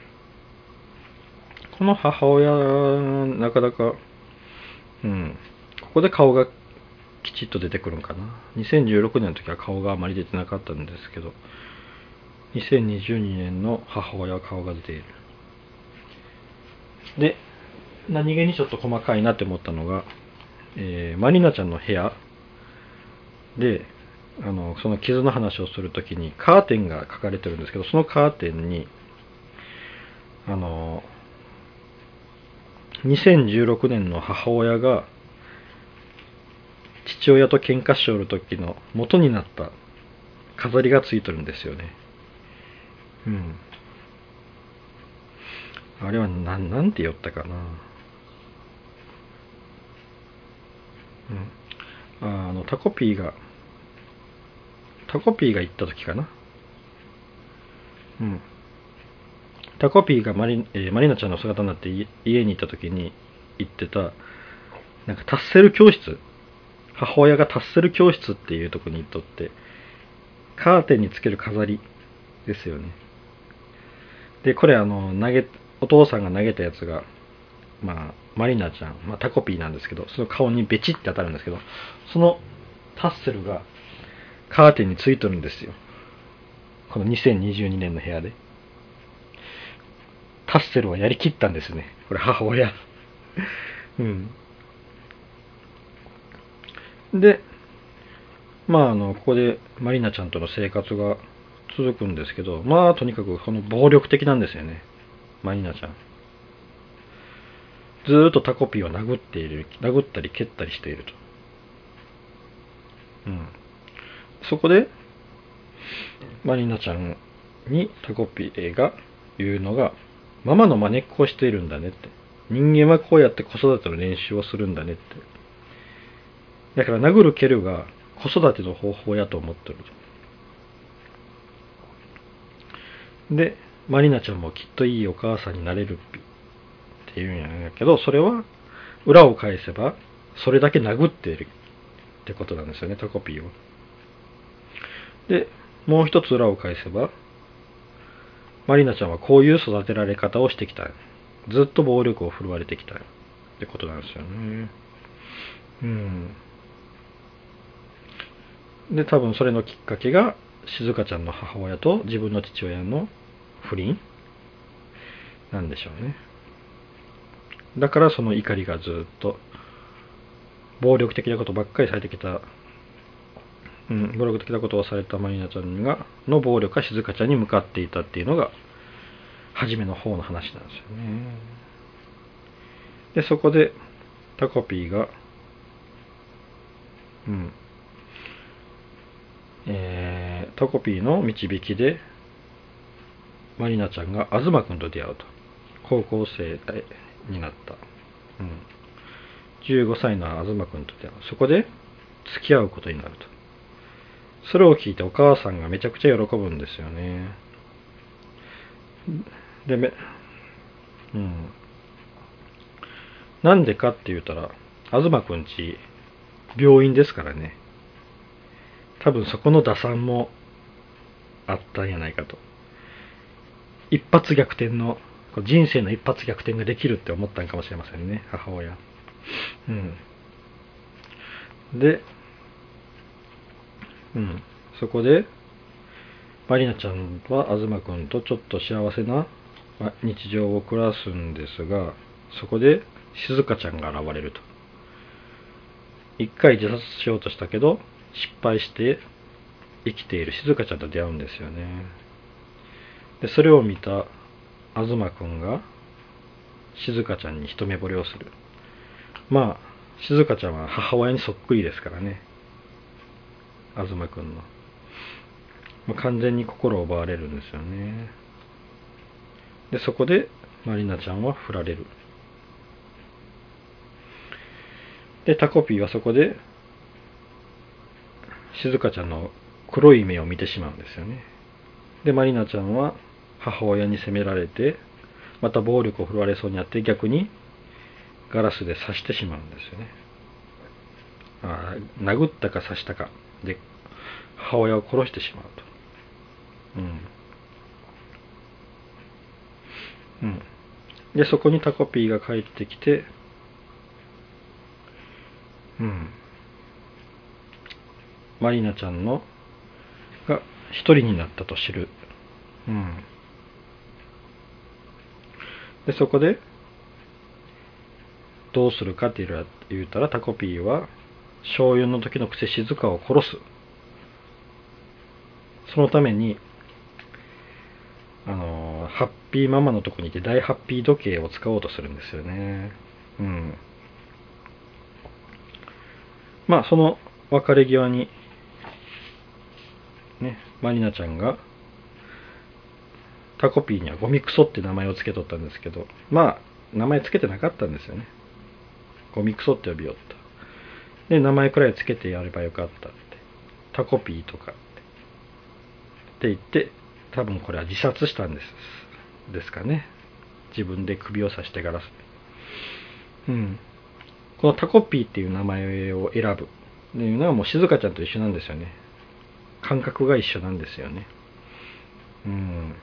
Speaker 1: この母親、なかなか、うん、ここで顔がきちっと出てくるんかな。にせんじゅうろくねんの時は顔があまり出てなかったんですけど、にせんにじゅうにねんの母親は顔が出ている。で、何気にちょっと細かいなって思ったのが、えー、マリナちゃんの部屋で、あのその傷の話をするときにカーテンが書かれてるんですけど、そのカーテンにあのにせんじゅうろくねんの母親が父親と喧嘩しおる時の元になった飾りがついてるんですよね。うん。あれはなん、なんて言ったかな。うん。あ、あの、タコピーが、タコピーが行った時かな。うん。タコピーがマリ、えーマリナちゃんの姿になって家に行った時に行ってた、なんかタッセル教室、母親がタッセル教室っていうとこに行っとって、カーテンにつける飾りですよね。で、これあの、投げ、お父さんが投げたやつが、まあ、マリナちゃん、まあ、タコピーなんですけど、その顔にベチって当たるんですけど、そのタッセルがカーテンについとるんですよ。このにせんにじゅうにねんの部屋で。タッセルはやりきったんですね。これ母親。うん。で、まあ、あの、ここでマリナちゃんとの生活が続くんですけど、まあ、とにかくこの暴力的なんですよね。マリナちゃん。ずーっとタコピーを殴っている、殴ったり蹴ったりしていると。うん。そこで、マリナちゃんにタコピーが言うのが、ママの真似っこをしているんだねって。人間はこうやって子育ての練習をするんだねって。だから殴る蹴るが子育ての方法やと思ってると。で、マリナちゃんもきっといいお母さんになれるって言うんやけど、それは裏を返せばそれだけ殴っているってことなんですよね、タコピーを。で、もう一つ裏を返せば、マリナちゃんはこういう育てられ方をしてきた。ずっと暴力を振るわれてきたってことなんですよね。うん。で、多分それのきっかけが、静香ちゃんの母親と自分の父親の不倫なんでしょうね。だからその怒りがずっと、暴力的なことばっかりされてきた、うん、暴力的なことをされたマリナちゃんが、の暴力が静香ちゃんに向かっていたっていうのが、初めの方の話なんですよね。で、そこで、タコピーが、うん、えー、タコピーの導きで、マリナちゃんが東くんと出会うと。高校生になった。うん。じゅうごさいの東くんと出会う。そこで付き合うことになると。それを聞いてお母さんがめちゃくちゃ喜ぶんですよね。で、め、うん。なんでかって言ったら、東くんち、病院ですからね。多分そこの打算もあったんやないかと。一発逆転の、人生の一発逆転ができるって思ったんかもしれませんね、母親。うん。で、うん、そこでマリナちゃんは東くんとちょっと幸せな日常を暮らすんですが、そこで静香ちゃんが現れると。一回自殺しようとしたけど失敗して生きている静香ちゃんと出会うんですよね。でそれを見た東くんが静香ちゃんに一目惚れをする。まあ静香ちゃんは母親にそっくりですからね、東くんの。まあ、完全に心を奪われるんですよね。でそこでマリナちゃんは振られる。でタコピーはそこで静香ちゃんの黒い目を見てしまうんですよね。でマリナちゃんは母親に責められてまた暴力を振るわれそうになって、逆にガラスで刺してしまうんですよね。あ殴ったか刺したかで母親を殺してしまうと。うんうんでそこにタコピーが帰ってきて、うんマリナちゃんのが一人になったと知る。うんでそこでどうするかって言うたら、タコピーは小よんの時のくせ静香を殺す。そのためにあのハッピーママのとこにいて大ハッピー時計を使おうとするんですよね。うんまあその別れ際にね、マリナちゃんがタコピーにはゴミクソって名前をつけとったんですけど、まあ名前つけてなかったんですよね。ゴミクソって呼びよった。で名前くらいつけてやればよかったって、タコピーとかって言って、多分これは自殺したんですですかね。自分で首を刺してガラスで。うんこのタコピーっていう名前を選ぶっていうのはもう静香ちゃんと一緒なんですよね。感覚が一緒なんですよね。うん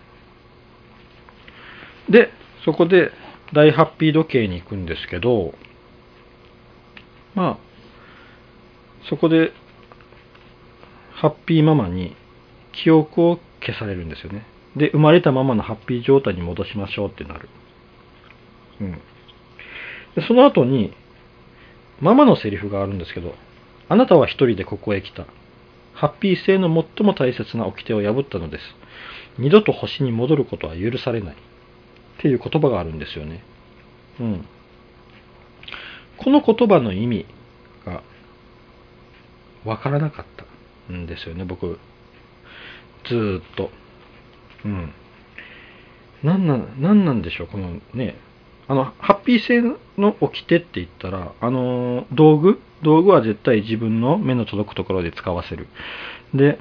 Speaker 1: でそこで大ハッピー時計に行くんですけど、まあそこでハッピーママに記憶を消されるんですよね。で生まれたままのハッピー状態に戻しましょうってなる。うんでその後にママのセリフがあるんですけど、あなたは一人でここへ来た。ハッピー性の最も大切な掟を破ったのです。二度と星に戻ることは許されない。っていう言葉があるんですよね。うん。この言葉の意味がわからなかったんですよね、僕。ずーっと。うん。なんなん、なんなんでしょう、このね。あの、ハッピー性の掟って言ったら、あの、道具道具は絶対自分の目の届くところで使わせる。で、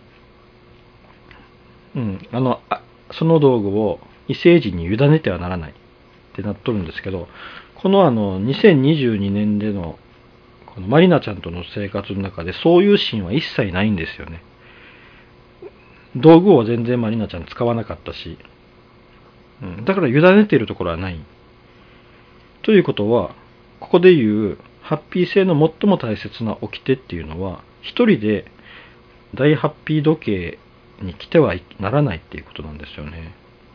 Speaker 1: うん、あの、あその道具を異星人に委ねてはならないってなっとるんですけど、このあの、にせんにじゅうにねんでの、このマリナちゃんとの生活の中でそういうシーンは一切ないんですよね。道具を全然マリナちゃん使わなかったし、うん、だから委ねているところはない。ということは、ここで言うハッピー性の最も大切な掟っていうのは、一人で大ハッピー時計に来てはならないっていうことなんですよね。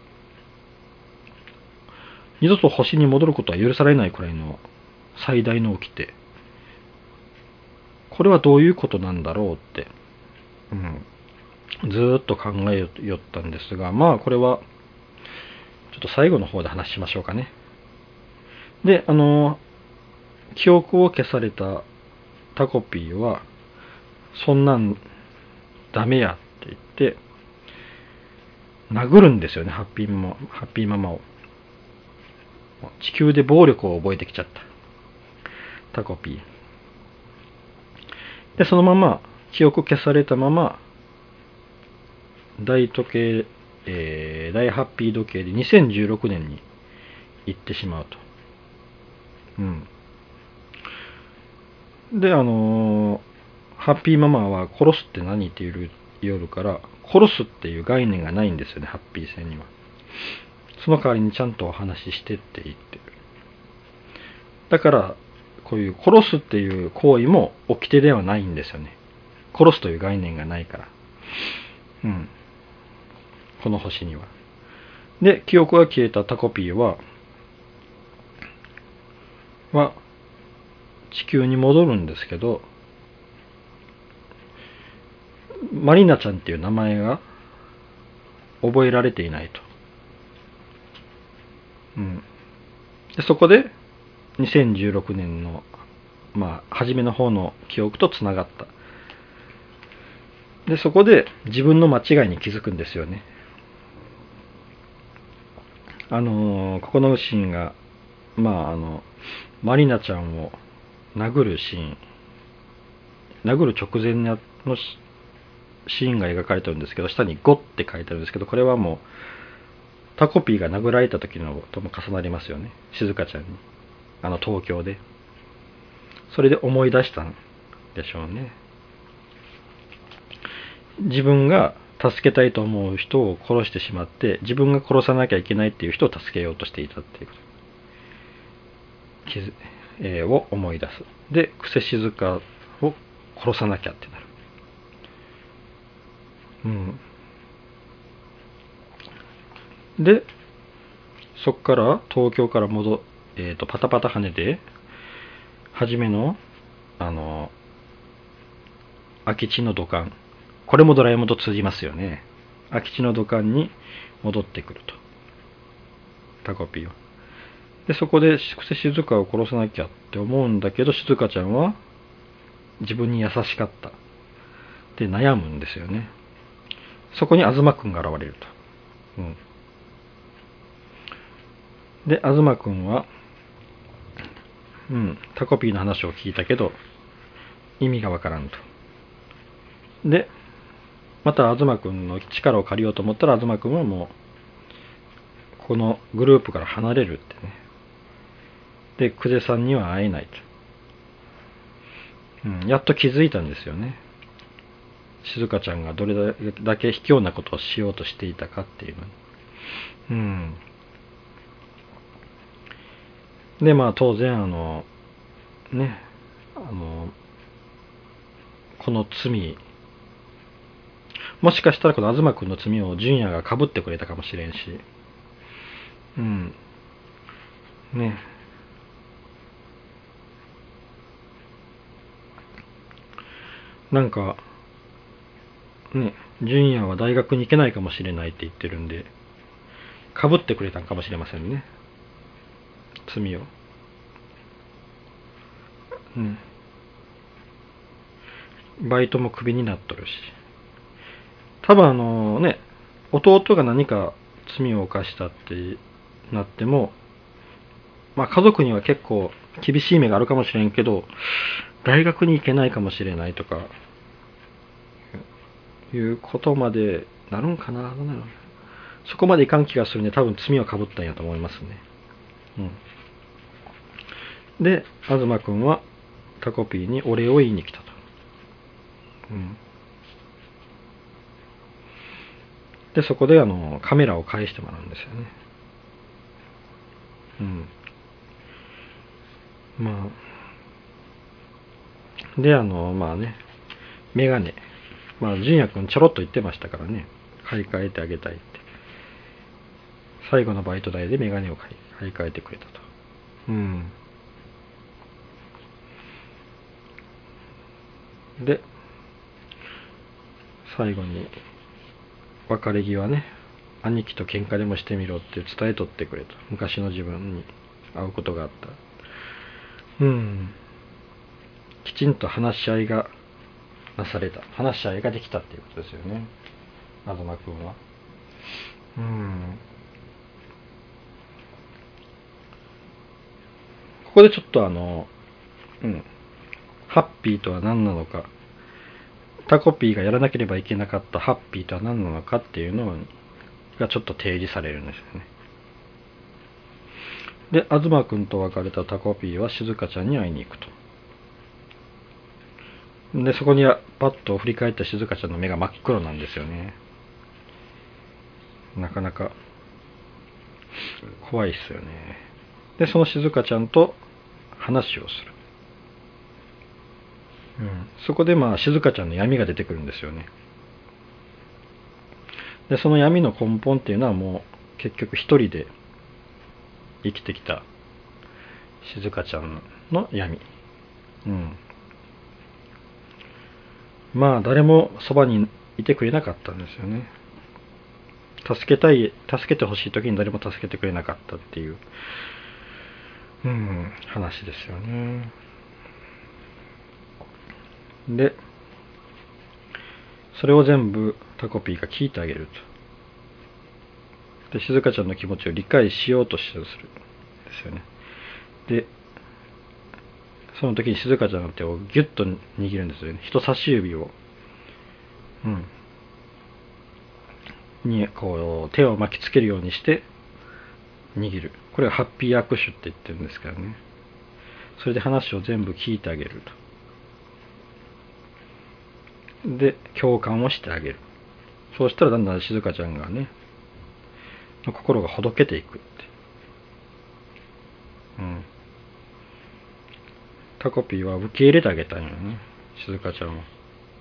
Speaker 1: 二度と星に戻ることは許されないくらいの最大の掟。これはどういうことなんだろうって、うん、ずーっと考えよったんですが、まあこれはちょっと最後の方で話しましょうかね。で、あの記憶を消されたタコピーはそんなんダメやって言って殴るんですよね、ハッピーママ、ハッピーママを。地球で暴力を覚えてきちゃったタコピーで、そのまま記憶消されたまま大時計、えー、大ハッピー時計でにせんじゅうろくねんに行ってしまうと。うんで、あのーハッピーママは殺すって何っていう言おるから、殺すっていう概念がないんですよね、ハッピー星には。その代わりにちゃんとお話ししてって言ってる。だからこういう殺すっていう行為も掟ではないんですよね。殺すという概念がないから。うん。この星には。で、記憶が消えたタコピーは、は、地球に戻るんですけど、マリナちゃんっていう名前が覚えられていないと。うん。で、そこで、にせんじゅうろくねんの、まあ、初めの方の記憶とつながった。で、そこで自分の間違いに気づくんですよね。あのー、ここのシーンが、まあ、あの、マリナちゃんを殴るシーン、殴る直前のシーンが描かれてるんですけど、下にゴって書いてあるんですけど、これはもう、タコピーが殴られた時のとも重なりますよね。静香ちゃんに。あの、東京で。それで思い出したんでしょうね。自分が助けたいと思う人を殺してしまって、自分が殺さなきゃいけないっていう人を助けようとしていたっていうこと、えー、を思い出す。で、クセ静香を殺さなきゃってなる。うん。で、そっから東京から戻っ、えーと、パタパタ跳ねて、初めの、あの、空き地の土管。これもドラえもんと通じますよね。空き地の土管に戻ってくると。タコピーは。で、そこで静香を殺さなきゃって思うんだけど、静香ちゃんは自分に優しかった。で、悩むんですよね。そこに東くんが現れると。うん。で、東くんは、うん、タコピーの話を聞いたけど、意味がわからんと。で、また東くんの力を借りようと思ったら、東くんはもう、このグループから離れるってね。で、久世さんには会えないと。うん、やっと気づいたんですよね。静香ちゃんがどれだけ卑怯なことをしようとしていたかっていうのに。うん。で、まあ当然、あの、ね、あの、この罪、もしかしたらこの東くんの罪を純也が被ってくれたかもしれんし、うん。ね。なんか、ね、純也は大学に行けないかもしれないって言ってるんで、被ってくれたんかもしれませんね。罪を。うん。バイトもクビになっとるし。多分あのね、弟が何か罪を犯したってなっても、まあ家族には結構厳しい目があるかもしれんけど、大学に行けないかもしれないとか、いうことまでなるんかな、どうなる。そこまでいかん気がするんで、多分罪をかぶったんやと思いますね。うん。で、東くんはタコピーにお礼を言いに来たと。うん。で、そこであのカメラを返してもらうんですよね。うん。まあ。で、あの、まあね、メガネ。まあ、純也くんちょろっと言ってましたからね。買い替えてあげたいって。最後のバイト代でメガネを買い買い替えてくれたと。うん。で、最後に、別れ際ね、兄貴と喧嘩でもしてみろって伝えとってくれと。昔の自分に会うことがあった。うん。きちんと話し合いがなされた。話し合いができたっていうことですよね。東くんは。うん。ここでちょっとあの、うん。ハッピーとは何なのか。タコピーがやらなければいけなかったハッピーとは何なのかっていうのがちょっと提示されるんですよね。で、東くんと別れたタコピーは静香ちゃんに会いに行くと。 で、そこにはパッと振り返った静香ちゃんの目が真っ黒なんですよね。なかなか怖いっすよね。で、その静香ちゃんと話をする。うん、そこでまあ静香ちゃんの闇が出てくるんですよね。で、その闇の根本っていうのはもう結局一人で生きてきた静香ちゃんの闇。うん。まあ誰もそばにいてくれなかったんですよね。助けたい、助けてほしい時に誰も助けてくれなかったっていう、うん、話ですよね。で、それを全部タコピーが聞いてあげると。で、静香ちゃんの気持ちを理解しようとするんですよね。で、その時に静香ちゃんの手をギュッと握るんですよね。人差し指を、うん、にこう手を巻きつけるようにして握る。これはハッピー握手って言ってるんですからね。それで話を全部聞いてあげると。で、共感をしてあげる。そうしたらだんだん静香ちゃんがね、心がほどけていくって。うん。タコピーは受け入れてあげたんよね、静香ちゃんは。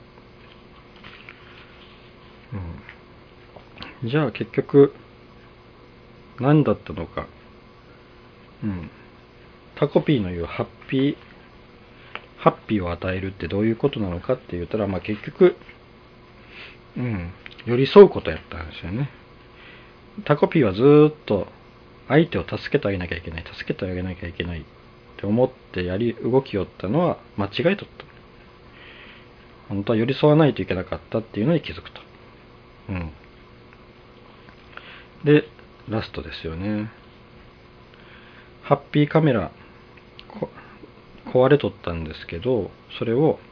Speaker 1: うん。じゃあ結局何だったのか。うん。タコピーの言うハッピーハッピーを与えるってどういうことなのかって言ったら、まあ結局、うん、寄り添うことやったんですよね。タコピーはずーっと相手を助けてあげなきゃいけない、助けてあげなきゃいけないって思ってやり動きよったのは間違いとった。本当は寄り添わないといけなかったっていうのに気づくと。うん。で、ラストですよね。ハッピーカメラ壊れとったんですけど、それを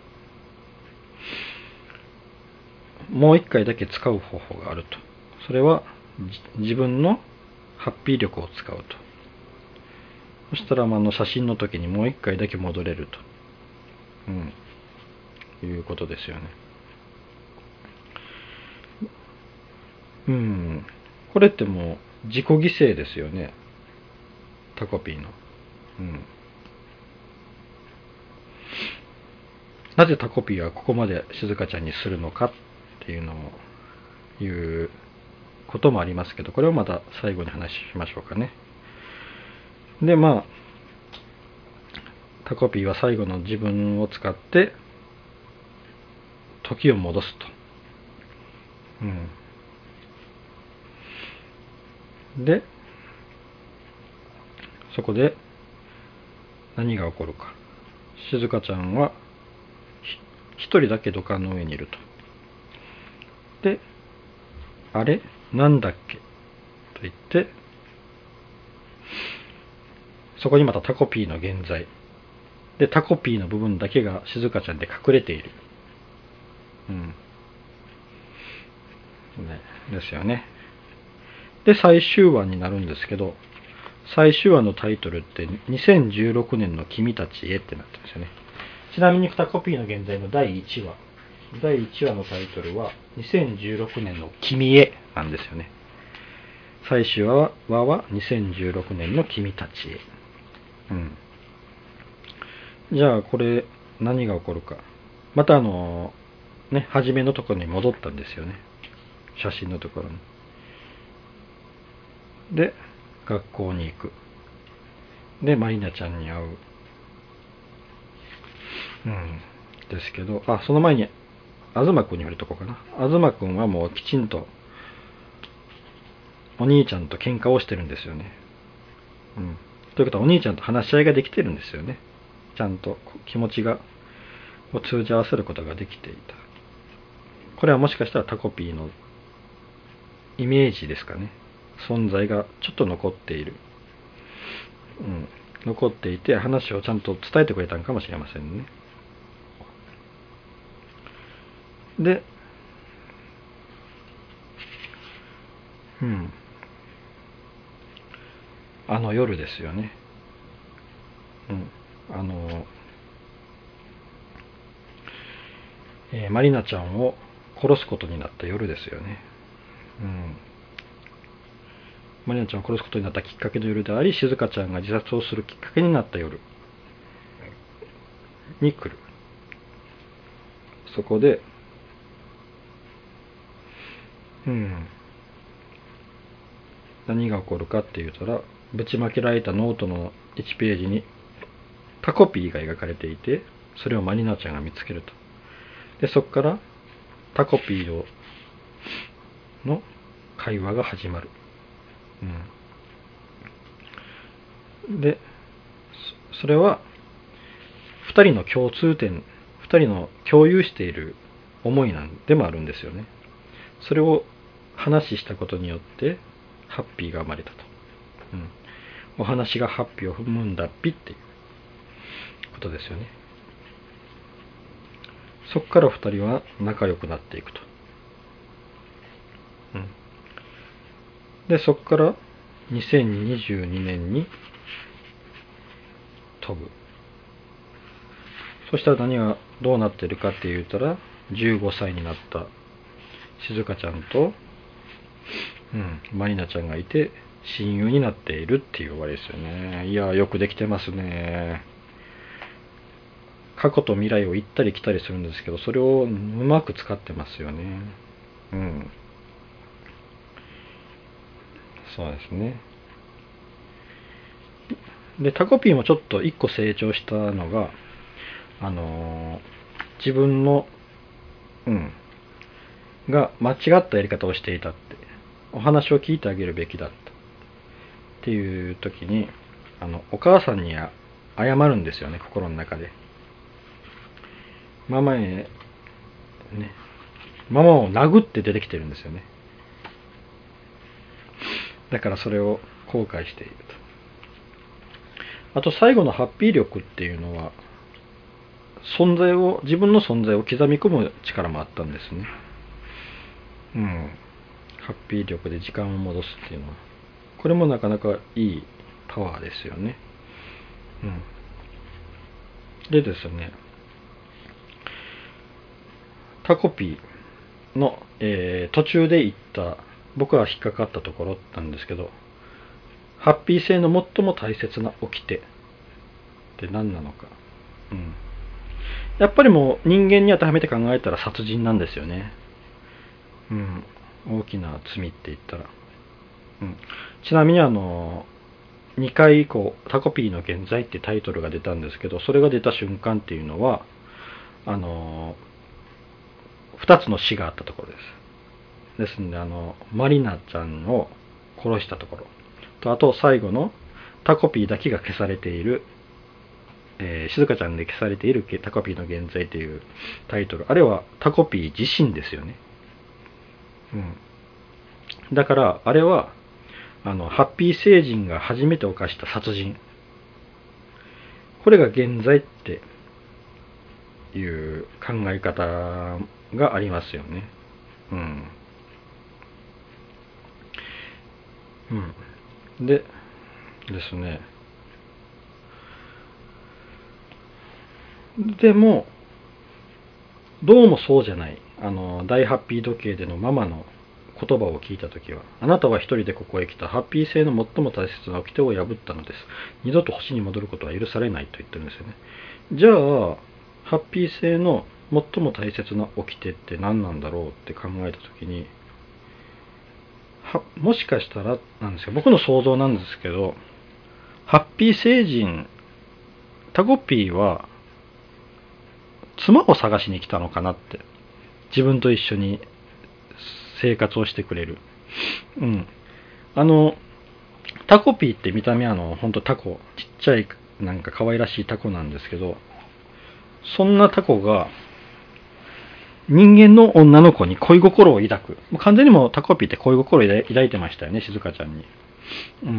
Speaker 1: もう一回だけ使う方法があると。それは自分のハッピー力を使うと。そしたら、まあ、の写真の時にもう一回だけ戻れると、うん、いうことですよね。うん。これってもう自己犠牲ですよね。タコピーの。うん。なぜタコピーはここまで静香ちゃんにするのかっていうのをいうこともありますけど、これをまた最後に話しましょうかね。で、まあ、タコピーは最後の自分を使って時を戻すと。うん。で、そこで何が起こるか。静香ちゃんは一人だけ土管の上にいると。で、あれなんだっけと言って、そこにまたタコピーの現在で、タコピーの部分だけが静香ちゃんで隠れている。うん。ね、ですよね。で、最終話になるんですけど、最終話のタイトルってにせんじゅうろくねんの君たちへってなってるんですよね。ちなみにタコピーの現在のだいいちわ。だいいちわのタイトルはにせんじゅうろくねんの君へなんですよね。最終話はにせんじゅうろくねんの君たちへ。うん。じゃあこれ何が起こるか。またあのね、初めのところに戻ったんですよね。写真のところに。で、学校に行く。で、マリナちゃんに会う。うん。ですけど、あ、その前に、東くんに言われとこうかな。東くんはもうきちんと、お兄ちゃんと喧嘩をしてるんですよね。うん。ということは、お兄ちゃんと話し合いができてるんですよね。ちゃんと気持ちが、を通じ合わせることができていた。これはもしかしたらタコピーのイメージですかね。存在がちょっと残っている。うん。残っていて、話をちゃんと伝えてくれたんかもしれませんね。で、うん。あの夜ですよね。うん。あの、 えー、マリナちゃんを殺すことになった夜ですよね。うん、マリナちゃんを殺すことになったきっかけの夜であり、静香ちゃんが自殺をするきっかけになった夜に来る。そこで、うん、何が起こるかって言うたら、ぶちまけられたノートのいちページにタコピーが描かれていて、それをマリナちゃんが見つけると。で、そこからタコピーをの会話が始まる。うん、で、それはふたりの共通点、ふたりの共有している思いなんでもあるんですよね。それを話したことによってハッピーが生まれたと。うん、お話がハッピーを踏むんだっぴっていうことですよね。そこからふたりは仲良くなっていくと。うん、で、そこからにせんにじゅうにねんに飛ぶ。そしたら何がどうなってるかって言ったら、じゅうごさいになった静香ちゃんと、うん、マリナちゃんがいて親友になっているっていう終わりですよね。いや、よくできてますね。過去と未来を行ったり来たりするんですけど、それをうまく使ってますよね。うん。そうですね。で、タコピーもちょっと一個成長したのが、あのー、自分の、うん、が間違ったやり方をしていたって、お話を聞いてあげるべきだったっていう時に、あの、お母さんに謝るんですよね、心の中で。ママへ、ね、ママを殴って出てきてるんですよね。だからそれを後悔していると。あと最後のハッピー力っていうのは、存在を、自分の存在を刻み込む力もあったんですね。うん。ハッピー力で時間を戻すっていうのは、これもなかなかいいパワーですよね。うん。でですね、タコピーの、えー、途中で言った僕が引っかかったところなんですけど、ハッピー性の最も大切な掟って何なのか。うん。やっぱりもう人間に当てはめて考えたら殺人なんですよね。うん。大きな罪って言ったら。うん。ちなみにあの、にかい以降、タコピーの現在ってタイトルが出たんですけど、それが出た瞬間っていうのは、あの、ふたつの死があったところです。ですので、あの、マリナちゃんを殺したところと、あと最後のタコピーだけが消されている、えー、静香ちゃんで消されているタコピーの現在というタイトル、あれはタコピー自身ですよね。うん。だから、あれは、あの、ハッピー星人が初めて犯した殺人。これが現在っていう考え方がありますよね。うん。うん。で、ですね。でも、どうもそうじゃない。あの、大ハッピー時計でのママの言葉を聞いたときは、あなたは一人でここへ来たハッピー性の最も大切な掟を破ったのです。二度と星に戻ることは許されないと言ってるんですよね。じゃあ、ハッピー性の最も大切な掟って何なんだろうって考えたときに、は、もしかしたらなんですよ。僕の想像なんですけど、ハッピー星人、タコピーは、妻を探しに来たのかなって。自分と一緒に生活をしてくれる。うん。あの、タコピーって見た目あの、ほんとタコ、ちっちゃい、なんか可愛らしいタコなんですけど、そんなタコが、人間の女の子に恋心を抱く。もう完全にもうタコピーって恋心を抱いてましたよね、静香ちゃんに。うん。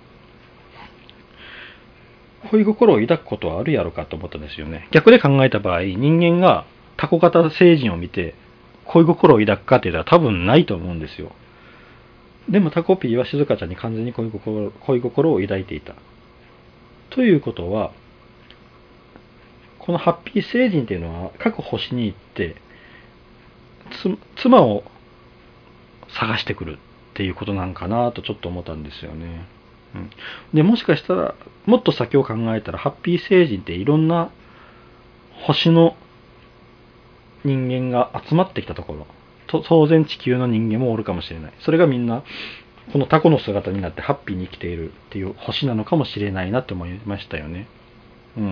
Speaker 1: 恋心を抱くことはあるやろかと思ったんですよね。逆で考えた場合、人間がタコ型星人を見て恋心を抱くかって言ったら多分ないと思うんですよ。でもタコピーは静香ちゃんに完全に恋心、恋心を抱いていた。ということは、 このハッピー星人っていうのは各星に行ってつ妻を探してくるっていうことなんかなとちょっと思ったんですよね。うん、でもしかしたらもっと先を考えたらハッピー星人っていろんな星の人間が集まってきたところと、当然地球の人間もおるかもしれない。それがみんなこのタコの姿になってハッピーに生きているっていう星なのかもしれないなって思いましたよね。うん。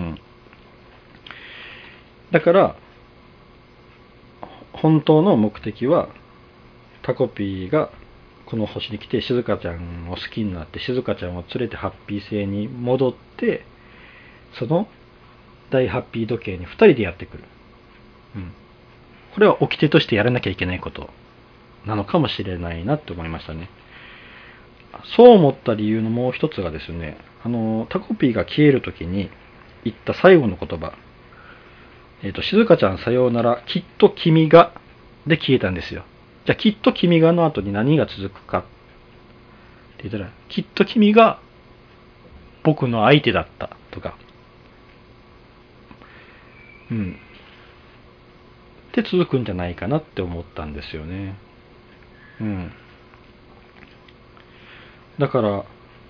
Speaker 1: だから本当の目的はタコピーがこの星に来て静香ちゃんを好きになって静香ちゃんを連れてハッピー星に戻って、その大ハッピー時計にふたりでやってくる。うん。これは掟としてやらなきゃいけないことなのかもしれないなって思いましたね。そう思った理由のもう一つがですね、あのタコピーが消えるときに言った最後の言葉、えっと、静香ちゃんさようなら、きっと君がで消えたんですよ。じゃあきっと君がの後に何が続くかって言ったら、きっと君が僕の相手だったとか、うん。って続くんじゃないかなって思ったんですよね。うん。だから、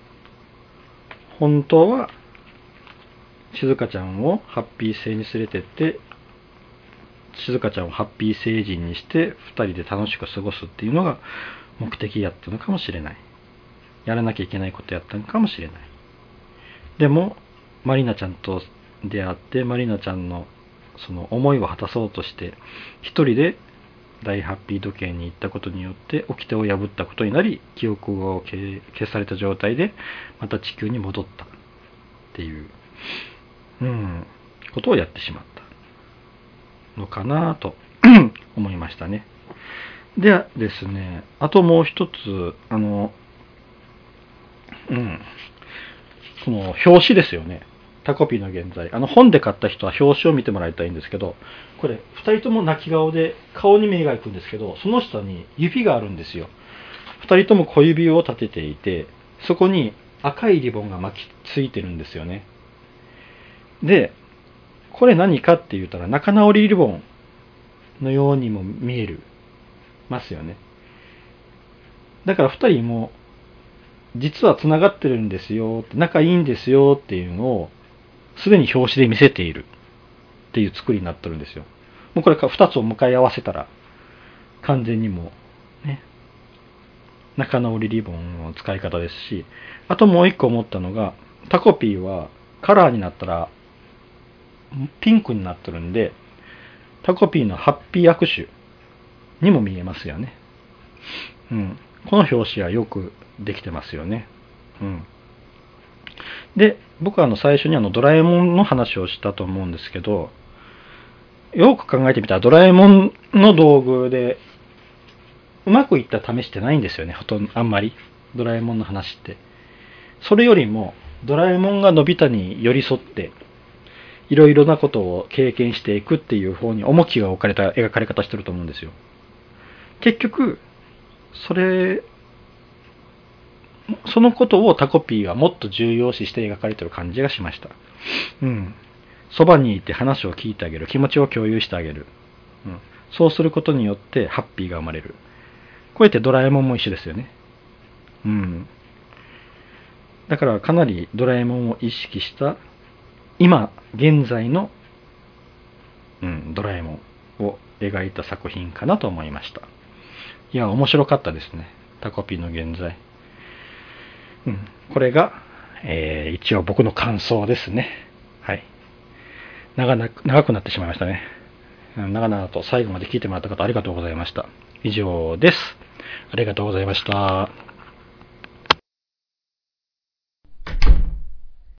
Speaker 1: 本当は、静香ちゃんをハッピー星に連れてって、静香ちゃんをハッピー星人にしてふたりで楽しく過ごすっていうのが目的やったのかもしれない。やらなきゃいけないことやったのかもしれない。でもマリナちゃんと出会ってマリナちゃんのその思いを果たそうとして一人で大ハッピー時計に行ったことによって掟を破ったことになり、記憶を消された状態でまた地球に戻ったっていう、うん、ことをやってしまったのかなと思いましたね。ではですね、あともう一つ、あの、うん、この表紙ですよね。タコピーの現在。あの本で買った人は表紙を見てもらいたいんですけど、これふたりとも泣き顔で顔に目が行くんですけど、その下に指があるんですよ。ふたりとも小指を立てていて、そこに赤いリボンが巻きついてるんですよね。で、これ何かって言ったら仲直りリボンのようにも見えるますよね。だからふたりも実はつながってるんですよ、仲いいんですよっていうのをすでに表紙で見せているっていう作りになってるんですよ。もうこれふたつを向かい合わせたら完全にもうね、仲直りリボンの使い方ですし、あともう一個思ったのが、タコピーはカラーになったらピンクになってるんで、タコピーのハッピー握手にも見えますよね。うん。この表紙はよくできてますよね。うん。で、僕はあの最初にあのドラえもんの話をしたと思うんですけど、よく考えてみたらドラえもんの道具でうまくいった試してないんですよね。ほとんどあんまりドラえもんの話って。それよりもドラえもんがのび太に寄り添っていろいろなことを経験していくっていう方に重きが置かれた描かれ方してると思うんですよ。結局それそのことをタコピーはもっと重要視して描かれてる感じがしました。うん。そばにいて話を聞いてあげる、気持ちを共有してあげる。うん。そうすることによってハッピーが生まれる。こうやってドラえもんも一緒ですよね。うん。だからかなりドラえもんを意識した今現在の、うん、ドラえもんを描いた作品かなと思いました。いや面白かったですね。タコピーの現在。うん、これが、えー、一応僕の感想ですね。はい。長な長くなってしまいましたね。長々と最後まで聞いてもらった方ありがとうございました。以上です。ありがとうございました。